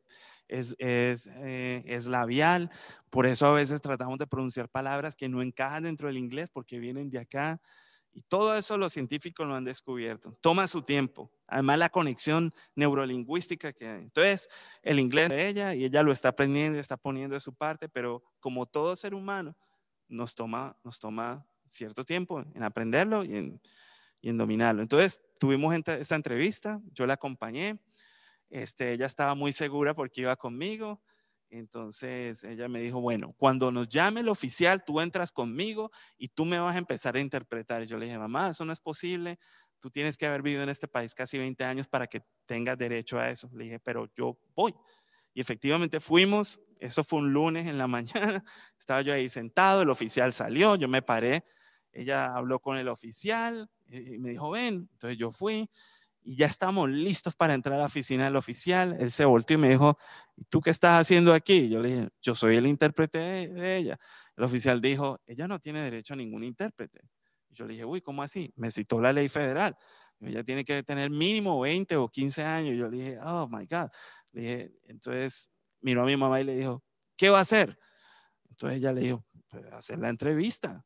Speaker 3: es labial. Por eso a veces tratamos de pronunciar palabras que no encajan dentro del inglés porque vienen de acá. Y todo eso los científicos lo han descubierto. Toma su tiempo. Además, la conexión neurolingüística que hay. Entonces, el inglés de ella y ella lo está aprendiendo, está poniendo de su parte, pero como todo ser humano, nos toma cierto tiempo en aprenderlo y en dominarlo. Entonces, tuvimos esta entrevista, yo la acompañé. Ella estaba muy segura porque iba conmigo. Entonces ella me dijo: bueno, cuando nos llame el oficial, tú entras conmigo y tú me vas a empezar a interpretar. Y yo le dije: mamá, eso no es posible. Tú tienes que haber vivido en este país casi 20 años para que tengas derecho a eso. Le dije: pero yo voy. Y efectivamente fuimos, eso fue un lunes en la mañana, estaba yo ahí sentado, el oficial salió, yo me paré, ella habló con el oficial y me dijo, ven, entonces yo fui y ya estamos listos para entrar a la oficina del oficial. Él se volteó y me dijo, ¿y tú qué estás haciendo aquí? Yo le dije, yo soy el intérprete de ella. El oficial dijo, ella no tiene derecho a ningún intérprete. Yo le dije, uy, ¿cómo así? Me citó la ley federal. Ella tiene que tener mínimo 20 o 15 años. Yo le dije, oh my God. Le dije, entonces miró a mi mamá y le dijo, ¿qué va a hacer? Entonces ella le dijo, pues, hacer la entrevista.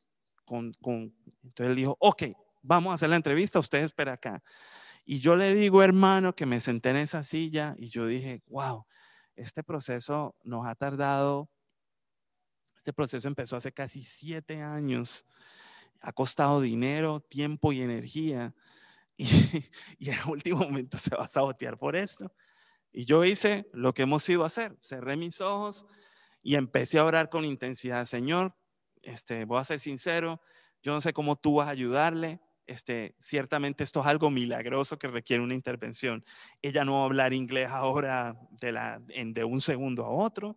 Speaker 3: Entonces él dijo, ok, vamos a hacer la entrevista, usted espera acá. Y yo le digo, hermano, que me senté en esa silla y yo dije, wow, este proceso nos ha tardado, este proceso empezó hace casi 7 años, ha costado dinero, tiempo y energía y, y en el último momento se va a sabotear por esto. Y yo hice lo que hemos ido a hacer, cerré mis ojos y empecé a orar con intensidad. Señor, voy a ser sincero, yo no sé cómo tú vas a ayudarle. Ciertamente esto es algo milagroso que requiere una intervención. Ella no va a hablar inglés ahora de un segundo a otro.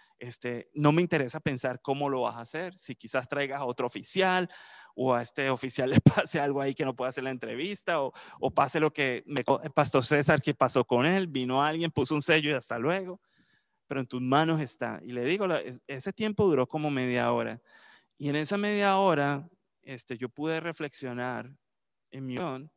Speaker 3: No me interesa pensar cómo lo vas a hacer, si quizás traigas a otro oficial o a este oficial le pase algo ahí que no pueda hacer la entrevista o pase lo que el pastor César que pasó con él, vino alguien, puso un sello y hasta luego, pero en tus manos está. Y le digo, ese tiempo duró como media hora y en esa media hora yo pude reflexionar en mi vida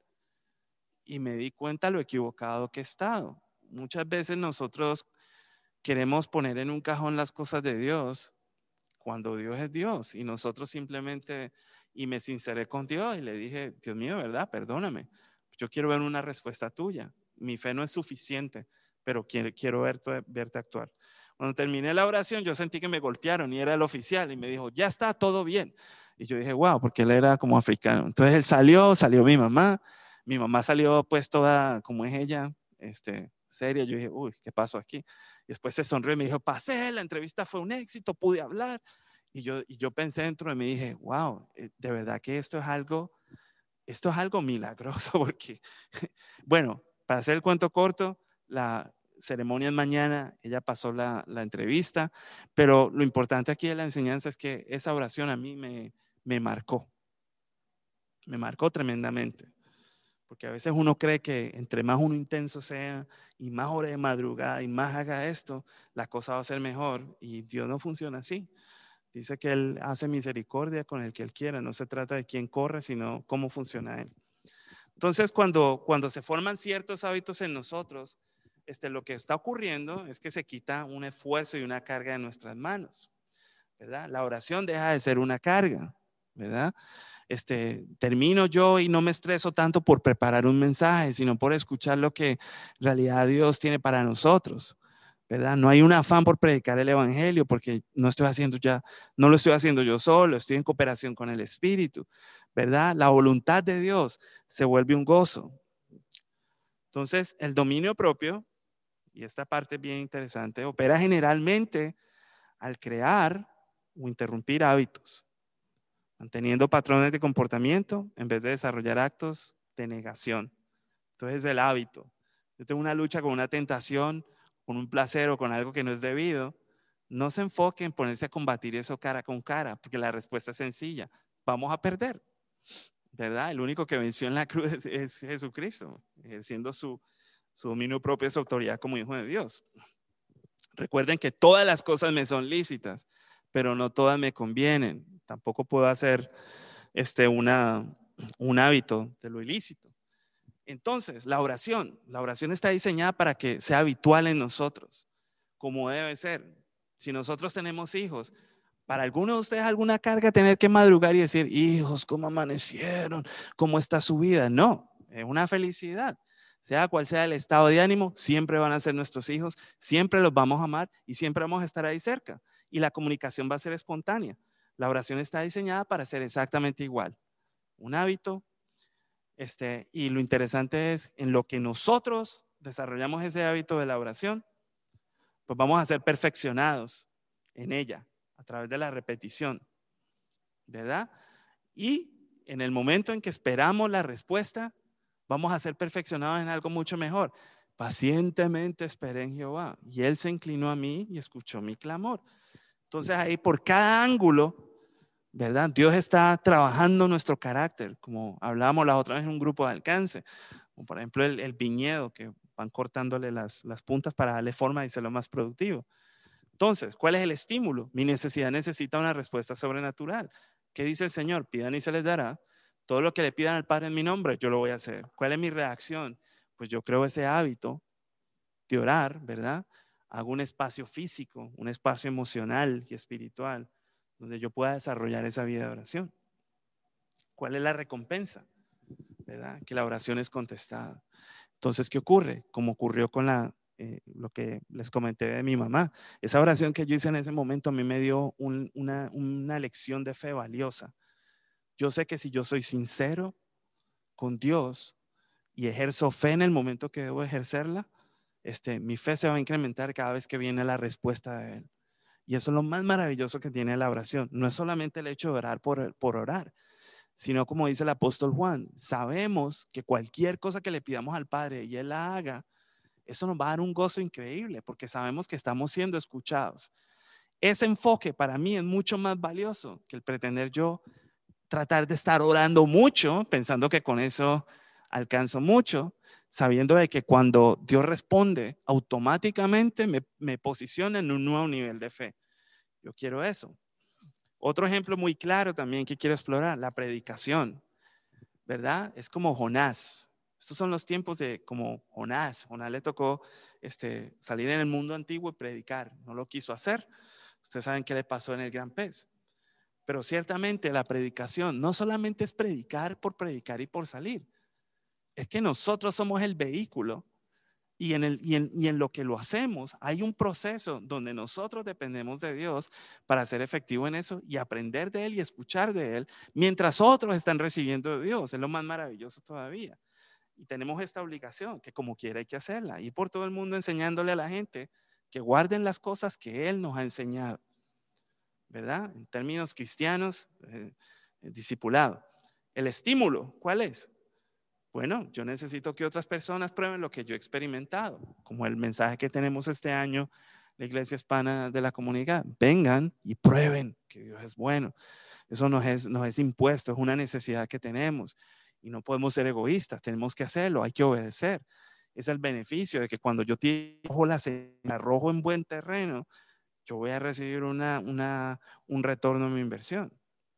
Speaker 3: y me di cuenta lo equivocado que he estado. Muchas veces nosotros queremos poner en un cajón las cosas de Dios cuando Dios es Dios y nosotros simplemente, y me sinceré con Dios y le dije, Dios mío, ¿verdad? Perdóname, yo quiero ver una respuesta tuya, mi fe no es suficiente, pero quiero verte actuar. Cuando terminé la oración yo sentí que me golpearon y era el oficial y me dijo, ya está todo bien. Y yo dije, wow, porque él era como africano. Entonces él salió mi mamá salió pues toda como es ella, seria. Yo dije, uy, ¿qué pasó aquí? Y después se sonrió y me dijo, pasé, la entrevista fue un éxito, pude hablar. Y yo pensé dentro y me dije, wow, de verdad que esto es algo milagroso porque, bueno, para hacer el cuento corto, la ceremonia es mañana, ella pasó la entrevista, pero lo importante aquí de la enseñanza es que esa oración a mí me marcó tremendamente. Porque a veces uno cree que entre más uno intenso sea y más hora de madrugada y más haga esto, la cosa va a ser mejor. Y Dios no funciona así. Dice que Él hace misericordia con el que Él quiera. No se trata de quién corre, sino cómo funciona Él. Entonces, cuando se forman ciertos hábitos en nosotros, lo que está ocurriendo es que se quita un esfuerzo y una carga de nuestras manos, ¿verdad? La oración deja de ser una carga, ¿verdad? Termino yo y no me estreso tanto por preparar un mensaje, sino por escuchar lo que en realidad Dios tiene para nosotros, ¿verdad? No hay un afán por predicar el evangelio porque no lo estoy haciendo yo solo, estoy en cooperación con el Espíritu, ¿verdad? La voluntad de Dios se vuelve un gozo. Entonces, el dominio propio, y esta parte es bien interesante, opera generalmente al crear o interrumpir hábitos, manteniendo patrones de comportamiento en vez de desarrollar actos de negación. Entonces, el hábito. Yo tengo una lucha con una tentación, con un placer o con algo que no es debido. No se enfoque en ponerse a combatir eso cara con cara, porque la respuesta es sencilla. Vamos a perder, ¿verdad? El único que venció en la cruz es Jesucristo, ejerciendo su dominio propio, su autoridad como hijo de Dios. Recuerden que todas las cosas me son lícitas, pero no todas me convienen. Tampoco puedo hacer un hábito de lo ilícito. Entonces, la oración está diseñada para que sea habitual en nosotros, como debe ser. Si nosotros tenemos hijos, para algunos de ustedes alguna carga tener que madrugar y decir, hijos, ¿cómo amanecieron? ¿Cómo está su vida? No, es una felicidad. Sea cual sea el estado de ánimo, siempre van a ser nuestros hijos, siempre los vamos a amar y siempre vamos a estar ahí cerca. Y la comunicación va a ser espontánea. La oración está diseñada para ser exactamente igual. Un hábito. Y lo interesante es en lo que nosotros desarrollamos ese hábito de la oración, pues vamos a ser perfeccionados en ella a través de la repetición, ¿verdad? Y en el momento en que esperamos la respuesta, vamos a ser perfeccionados en algo mucho mejor. pacientemente esperé en Jehová y él se inclinó a mí y escuchó mi clamor. Entonces ahí por cada ángulo, ¿verdad? Dios está trabajando nuestro carácter, como hablábamos la otra vez en un grupo de alcance, como por ejemplo el viñedo, que van cortándole las puntas para darle forma y hacerlo más productivo. Entonces, ¿cuál es el estímulo? Mi necesidad necesita una respuesta sobrenatural. ¿Qué dice el Señor? Pidan y se les dará. Todo lo que le pidan al Padre en mi nombre, yo lo voy a hacer. ¿Cuál es mi reacción? Pues yo creo ese hábito de orar, ¿verdad? Hago un espacio físico, un espacio emocional y espiritual, donde yo pueda desarrollar esa vida de oración. ¿Cuál es la recompensa? ¿Verdad? Que la oración es contestada. Entonces, ¿qué ocurre? Como ocurrió con lo que les comenté de mi mamá. Esa oración que yo hice en ese momento a mí me dio una lección de fe valiosa. Yo sé que si yo soy sincero con Dios y ejerzo fe en el momento que debo ejercerla, mi fe se va a incrementar cada vez que viene la respuesta de Él. Y eso es lo más maravilloso que tiene la oración. No es solamente el hecho de orar por orar, sino como dice el apóstol Juan, sabemos que cualquier cosa que le pidamos al Padre y Él la haga, eso nos va a dar un gozo increíble porque sabemos que estamos siendo escuchados. Ese enfoque para mí es mucho más valioso que el pretender yo tratar de estar orando mucho, pensando que con eso alcanzo mucho, sabiendo de que cuando Dios responde, automáticamente me posiciona en un nuevo nivel de fe. Yo quiero eso. Otro ejemplo muy claro también que quiero explorar, la predicación, ¿verdad? Es como Jonás. Estos son los tiempos de como Jonás. Jonás le tocó salir en el mundo antiguo y predicar. No lo quiso hacer. Ustedes saben qué le pasó en el gran pez. Pero ciertamente la predicación no solamente es predicar y por salir. Es que nosotros somos el vehículo y en lo que lo hacemos hay un proceso donde nosotros dependemos de Dios para ser efectivo en eso y aprender de Él y escuchar de Él mientras otros están recibiendo de Dios. Es lo más maravilloso todavía. Y tenemos esta obligación que como quiera hay que hacerla. Y por todo el mundo enseñándole a la gente que guarden las cosas que Él nos ha enseñado. ¿Verdad? En términos cristianos, discipulado. El estímulo, ¿cuál es? Bueno, yo necesito que otras personas prueben lo que yo he experimentado, como el mensaje que tenemos este año, la Iglesia Hispana de la Comunidad. Vengan y prueben que Dios es bueno. Eso nos es impuesto, es una necesidad que tenemos y no podemos ser egoístas, tenemos que hacerlo, hay que obedecer. Es el beneficio de que cuando yo arrojo en buen terreno, yo voy a recibir un retorno a mi inversión.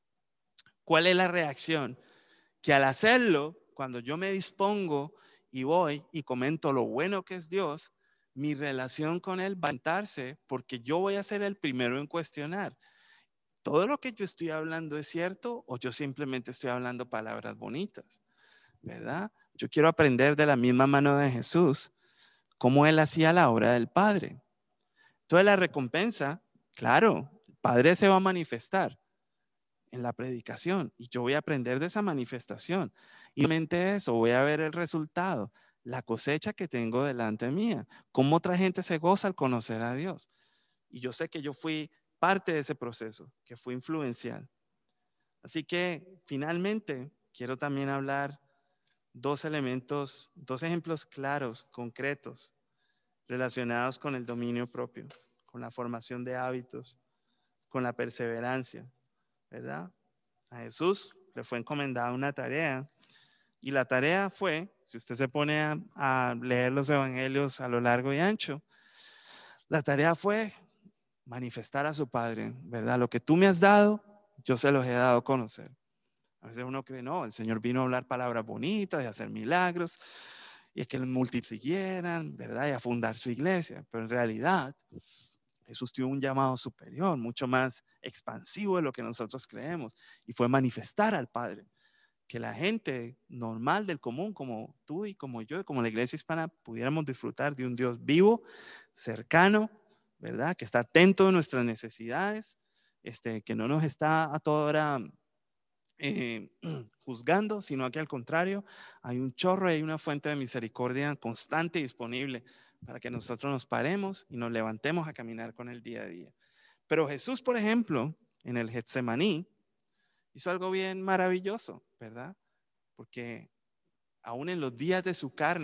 Speaker 3: ¿Cuál es la reacción? Que al hacerlo, cuando yo me dispongo y voy y comento lo bueno que es Dios, mi relación con Él va a aumentarse porque yo voy a ser el primero en cuestionar. ¿Todo lo que yo estoy hablando es cierto o yo simplemente estoy hablando palabras bonitas? ¿Verdad? Yo quiero aprender de la misma mano de Jesús cómo Él hacía la obra del Padre. Entonces la recompensa, claro, el Padre se va a manifestar en la predicación y yo voy a aprender de esa manifestación. Y realmente eso, voy a ver el resultado, la cosecha que tengo delante mía, cómo otra gente se goza al conocer a Dios. Y yo sé que yo fui parte de ese proceso, que fue influencial. Así que finalmente quiero también hablar dos ejemplos claros, concretos, relacionados con el dominio propio, con la formación de hábitos, con la perseverancia, ¿verdad? A Jesús le fue encomendada una tarea y la tarea fue, si usted se pone a leer los evangelios a lo largo y ancho, la tarea fue manifestar a su Padre, ¿verdad? Lo que tú me has dado, yo se los he dado a conocer. A veces uno cree, no, el Señor vino a hablar palabras bonitas y a hacer milagros y a que los multitudes siguieran, ¿verdad? Y a fundar su iglesia. Pero en realidad, Jesús tuvo un llamado superior, mucho más expansivo de lo que nosotros creemos, y fue manifestar al Padre. Que la gente normal del común, como tú y como yo, como la Iglesia Hispana, pudiéramos disfrutar de un Dios vivo, cercano, ¿verdad? Que está atento a nuestras necesidades, que no nos está a toda hora juzgando, sino que al contrario, hay un chorro y hay una fuente de misericordia constante y disponible para que nosotros nos paremos y nos levantemos a caminar con el día a día. Pero Jesús, por ejemplo, en el Getsemaní, hizo algo bien maravilloso, ¿verdad? Porque aún en los días de su carne,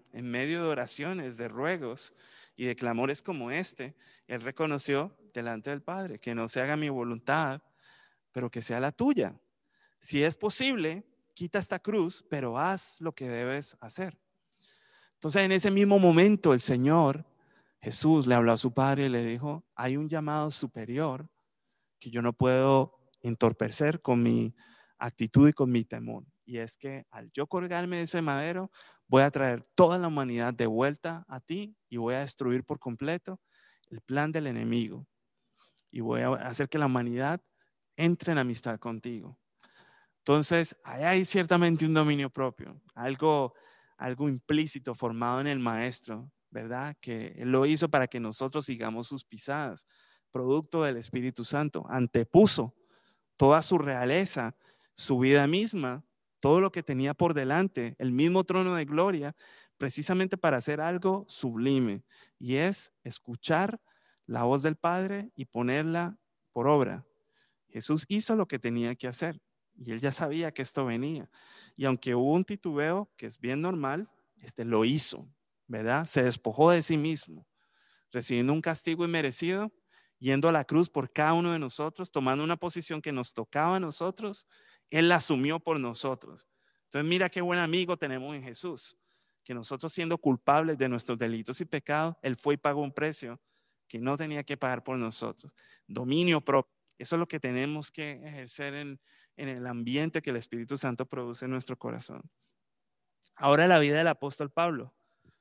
Speaker 3: en medio de oraciones, de ruegos y de clamores como este, él reconoció delante del Padre que no se haga mi voluntad, pero que sea la tuya. Si es posible, quita esta cruz, pero haz lo que debes hacer. Entonces, en ese mismo momento, el Señor Jesús le habló a su Padre y le dijo: hay un llamado superior que yo no puedo entorpecer con mi actitud y con mi temor. Y es que al yo colgarme de ese madero, voy a traer toda la humanidad de vuelta a ti y voy a destruir por completo el plan del enemigo. Y voy a hacer que la humanidad entre en amistad contigo. Entonces, ahí hay ciertamente un dominio propio, algo implícito formado en el maestro, ¿verdad? Que él lo hizo para que nosotros sigamos sus pisadas, producto del Espíritu Santo. Antepuso toda su realeza, su vida misma, todo lo que tenía por delante, el mismo trono de gloria, precisamente para hacer algo sublime, y es escuchar la voz del Padre y ponerla por obra. Jesús hizo lo que tenía que hacer y él ya sabía que esto venía. Y aunque hubo un titubeo, que es bien normal, lo hizo, ¿verdad? Se despojó de sí mismo, recibiendo un castigo inmerecido, yendo a la cruz por cada uno de nosotros, tomando una posición que nos tocaba a nosotros, él la asumió por nosotros. Entonces mira qué buen amigo tenemos en Jesús, que nosotros siendo culpables de nuestros delitos y pecados, él fue y pagó un precio que no tenía que pagar por nosotros. Dominio propio. Eso es lo que tenemos que ejercer en el ambiente que el Espíritu Santo produce en nuestro corazón. Ahora la vida del apóstol Pablo.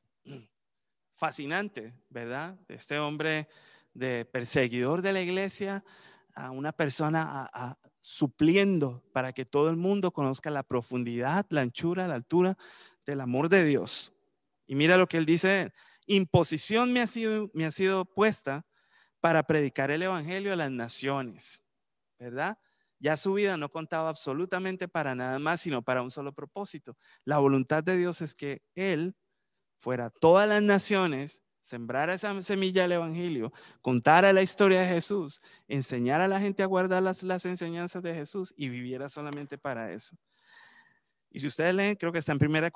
Speaker 3: Fascinante, ¿verdad? De este hombre de perseguidor de la iglesia a una persona supliendo para que todo el mundo conozca la profundidad, la anchura, la altura del amor de Dios. Y mira lo que él dice: imposición me ha sido puesta para predicar el evangelio a las naciones, ¿verdad? Ya su vida no contaba absolutamente para nada más, sino para un solo propósito. La voluntad de Dios es que él fuera a todas las naciones, sembrara esa semilla del evangelio, contara la historia de Jesús, enseñara a la gente a guardar las enseñanzas de Jesús y viviera solamente para eso. Y si ustedes leen, creo que está en 2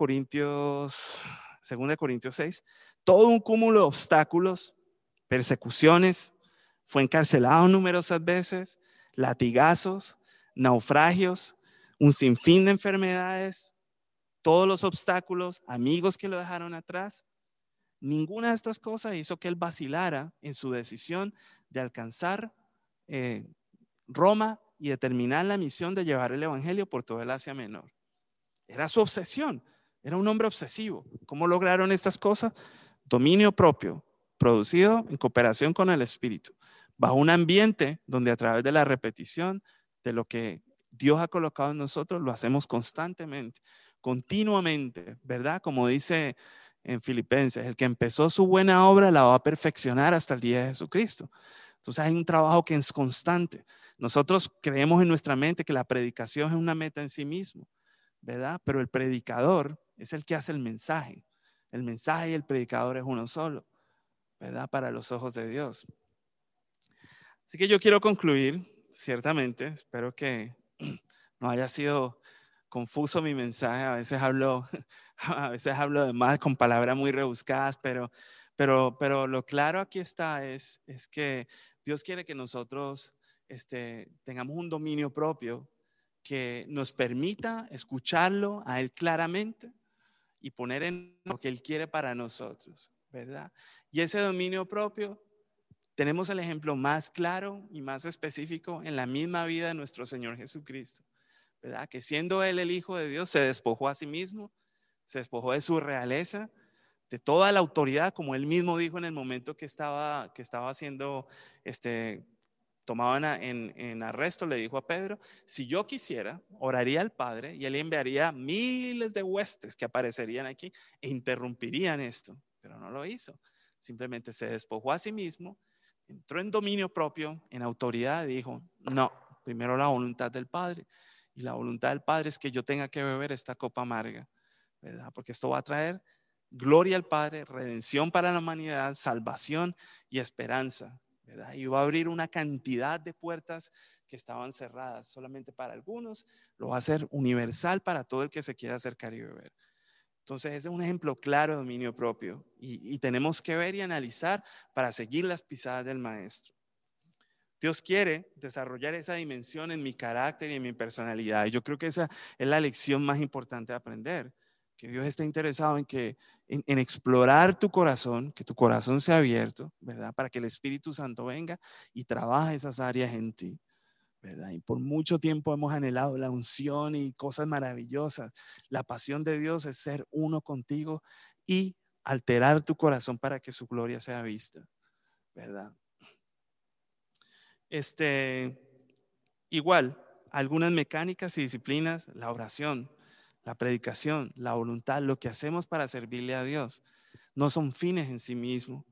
Speaker 3: Corintios 6, todo un cúmulo de obstáculos, persecuciones, fue encarcelado numerosas veces, latigazos, naufragios, un sinfín de enfermedades, todos los obstáculos, amigos que lo dejaron atrás. Ninguna de estas cosas hizo que él vacilara en su decisión de alcanzar Roma y de terminar la misión de llevar el evangelio por todo el Asia Menor. Era su obsesión, era un hombre obsesivo. ¿Cómo lograron estas cosas? Dominio propio, producido en cooperación con el Espíritu, bajo un ambiente donde a través de la repetición de lo que Dios ha colocado en nosotros, lo hacemos constantemente, continuamente, ¿verdad? Como dice en Filipenses, el que empezó su buena obra la va a perfeccionar hasta el día de Jesucristo. Entonces hay un trabajo que es constante. Nosotros creemos en nuestra mente que la predicación es una meta en sí mismo, ¿verdad? Pero el predicador es el que hace el mensaje. El mensaje y el predicador es uno solo, ¿verdad? Para los ojos de Dios. Así que yo quiero concluir, ciertamente, espero que no haya sido confuso mi mensaje. A veces hablo de más con palabras muy rebuscadas, pero lo claro aquí está es que Dios quiere que nosotros tengamos un dominio propio que nos permita escucharlo a Él claramente y poner en lo que Él quiere para nosotros, ¿verdad? Y ese dominio propio, tenemos el ejemplo más claro y más específico en la misma vida de nuestro Señor Jesucristo, ¿verdad? Que siendo Él el Hijo de Dios, se despojó a sí mismo, se despojó de su realeza, de toda la autoridad, como Él mismo dijo en el momento que estaba siendo tomado en arresto. Le dijo a Pedro: si yo quisiera, oraría al Padre y Él enviaría miles de huestes que aparecerían aquí e interrumpirían esto, pero no lo hizo. Simplemente se despojó a sí mismo, entró en dominio propio, en autoridad, y dijo: no, primero la voluntad del Padre. Y la voluntad del Padre es que yo tenga que beber esta copa amarga, ¿verdad? Porque esto va a traer gloria al Padre, redención para la humanidad, salvación y esperanza, ¿verdad? Y va a abrir una cantidad de puertas que estaban cerradas solamente para algunos. Lo va a hacer universal para todo el que se quiera acercar y beber. Entonces ese es un ejemplo claro de dominio propio y tenemos que ver y analizar para seguir las pisadas del maestro. Dios quiere desarrollar esa dimensión en mi carácter y en mi personalidad. Y yo creo que esa es la lección más importante de aprender. Que Dios está interesado en explorar tu corazón, que tu corazón sea abierto, ¿verdad? Para que el Espíritu Santo venga y trabaje esas áreas en ti, ¿verdad? Y por mucho tiempo hemos anhelado la unción y cosas maravillosas. La pasión de Dios es ser uno contigo y alterar tu corazón para que su gloria sea vista, ¿verdad? Igual, algunas mecánicas y disciplinas, la oración, la predicación, la voluntad, lo que hacemos para servirle a Dios, no son fines en sí mismos,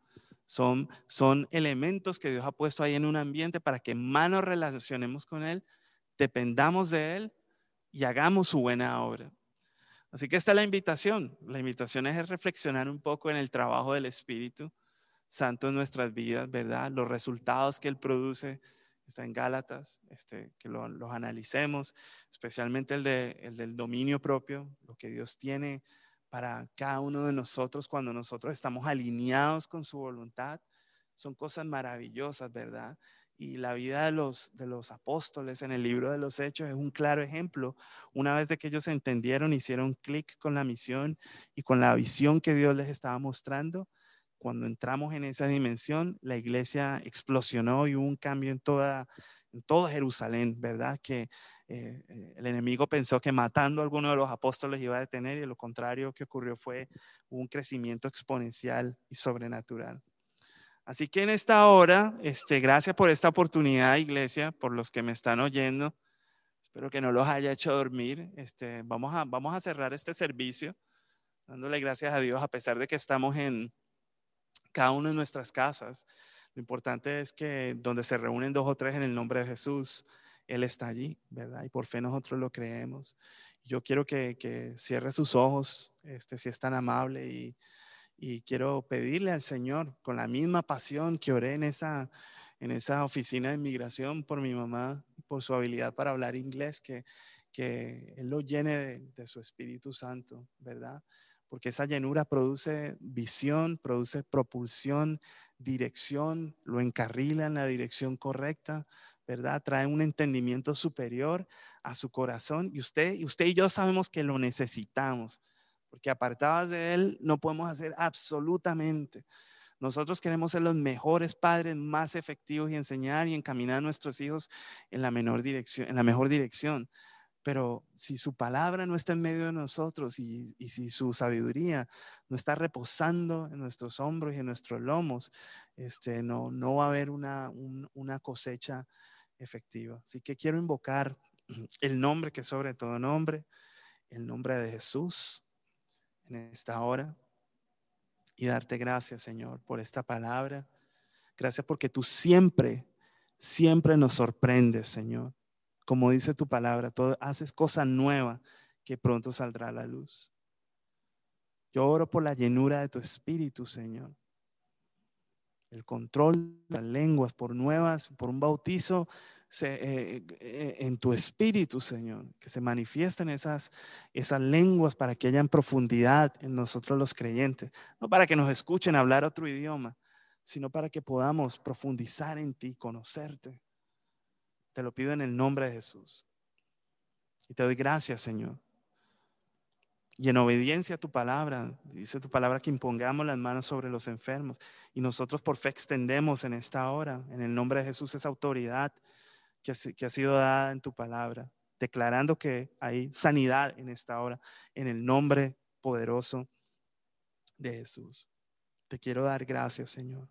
Speaker 3: son elementos que Dios ha puesto ahí en un ambiente para que más nos relacionemos con Él, dependamos de Él y hagamos su buena obra. Así que esta es la invitación. La invitación es reflexionar un poco en el trabajo del Espíritu Santo en nuestras vidas, ¿verdad? Los resultados que Él produce, está en Gálatas, que los analicemos, especialmente el del dominio propio, lo que Dios tiene para cada uno de nosotros cuando nosotros estamos alineados con su voluntad. Son cosas maravillosas, ¿verdad? Y la vida de los apóstoles en el libro de los Hechos es un claro ejemplo. Una vez de que ellos entendieron, hicieron clic con la misión y con la visión que Dios les estaba mostrando, cuando entramos en esa dimensión, la iglesia explosionó y hubo un cambio en todo Jerusalén, ¿verdad? Que el enemigo pensó que matando a alguno de los apóstoles iba a detener, y lo contrario que ocurrió fue un crecimiento exponencial y sobrenatural. Así que en esta hora, gracias por esta oportunidad, iglesia, por los que me están oyendo. Espero que no los haya hecho dormir. Vamos a cerrar este servicio dándole gracias a Dios a pesar de que estamos en cada uno en nuestras casas. Lo importante es que donde se reúnen 2 o 3 en el nombre de Jesús, Él está allí, ¿verdad? Y por fe nosotros lo creemos. Yo quiero que cierre sus ojos, si es tan amable, y quiero pedirle al Señor, con la misma pasión que oré en esa oficina de inmigración por mi mamá, por su habilidad para hablar inglés, que Él lo llene de su Espíritu Santo, ¿verdad? Porque esa llenura produce visión, produce propulsión, dirección, lo encarrila en la dirección correcta, ¿verdad? Trae un entendimiento superior a su corazón, y usted y yo sabemos que lo necesitamos, porque apartados de Él no podemos hacer absolutamente. Nosotros queremos ser los mejores padres, más efectivos, y enseñar y encaminar a nuestros hijos en la mejor dirección. Pero si su palabra no está en medio de nosotros, y si su sabiduría no está reposando en nuestros hombros y en nuestros lomos, no va a haber una cosecha efectiva. Así que quiero invocar el nombre que sobre todo nombre, el nombre de Jesús en esta hora, y darte gracias, Señor, por esta palabra. Gracias porque tú siempre nos sorprendes, Señor. Como dice tu palabra, tú haces cosas nuevas que pronto saldrá a la luz. Yo oro por la llenura de tu Espíritu, Señor. El control de las lenguas, por un bautizo en tu Espíritu, Señor. Que se manifiesten esas lenguas para que haya profundidad en nosotros los creyentes. No para que nos escuchen hablar otro idioma, sino para que podamos profundizar en ti, conocerte. Te lo pido en el nombre de Jesús. Y te doy gracias, Señor. Y en obediencia a tu palabra, dice tu palabra que impongamos las manos sobre los enfermos. Y nosotros por fe extendemos en esta hora, en el nombre de Jesús, esa autoridad que ha sido dada en tu palabra, declarando que hay sanidad en esta hora, en el nombre poderoso de Jesús. Te quiero dar gracias, Señor.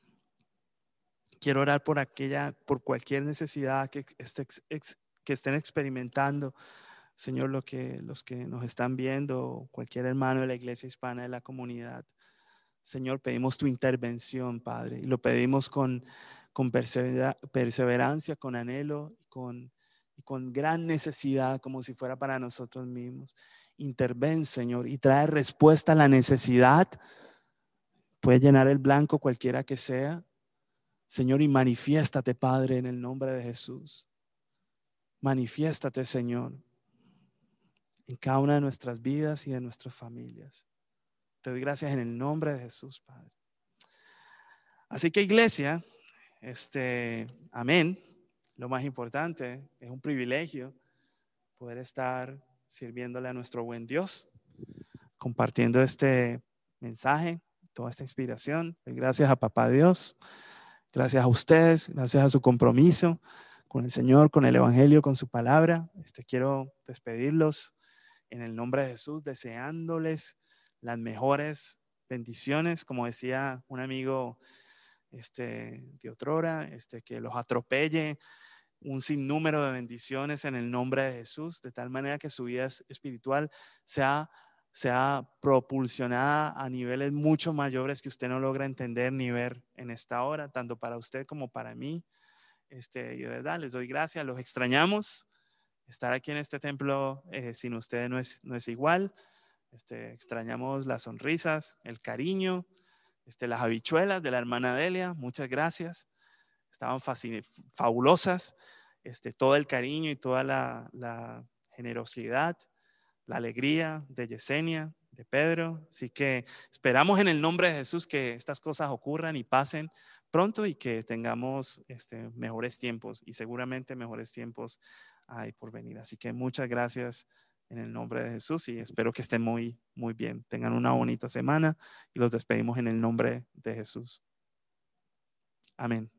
Speaker 3: Quiero orar por cualquier necesidad que estén experimentando, Señor, los que nos están viendo, cualquier hermano de la iglesia hispana de la comunidad. Señor, pedimos tu intervención, Padre, y lo pedimos con perseverancia, con anhelo y con gran necesidad, como si fuera para nosotros mismos. Interven, Señor, y trae respuesta a la necesidad. Puede llenar el blanco cualquiera que sea, Señor, y manifiéstate, Padre, en el nombre de Jesús. Manifiéstate, Señor. en cada una de nuestras vidas y de nuestras familias. Te doy gracias en el nombre de Jesús, Padre. Así que, iglesia, amén. Lo más importante, es un privilegio poder estar sirviéndole a nuestro buen Dios, compartiendo este mensaje, toda esta inspiración. Gracias a Papá Dios, gracias a ustedes, gracias a su compromiso con el Señor, con el Evangelio, con su palabra. Quiero despedirlos en el nombre de Jesús, deseándoles las mejores bendiciones. Como decía un amigo de otrora, que los atropelle un sinnúmero de bendiciones en el nombre de Jesús, de tal manera que su vida espiritual sea propulsionada a niveles mucho mayores que usted no logra entender ni ver en esta hora, tanto para usted como para mí. Y de verdad les doy gracias, los extrañamos. Estar aquí en este templo sin ustedes no es igual. Extrañamos las sonrisas, el cariño, las habichuelas de la hermana Delia. Muchas gracias. Estaban fabulosas. Todo el cariño y toda la generosidad, la alegría de Yesenia, de Pedro. Así que esperamos en el nombre de Jesús que estas cosas ocurran y pasen pronto y que tengamos mejores tiempos, y seguramente mejores tiempos hay por venir. Así que muchas gracias en el nombre de Jesús y espero que estén muy, muy bien. Tengan una bonita semana y los despedimos en el nombre de Jesús. Amén.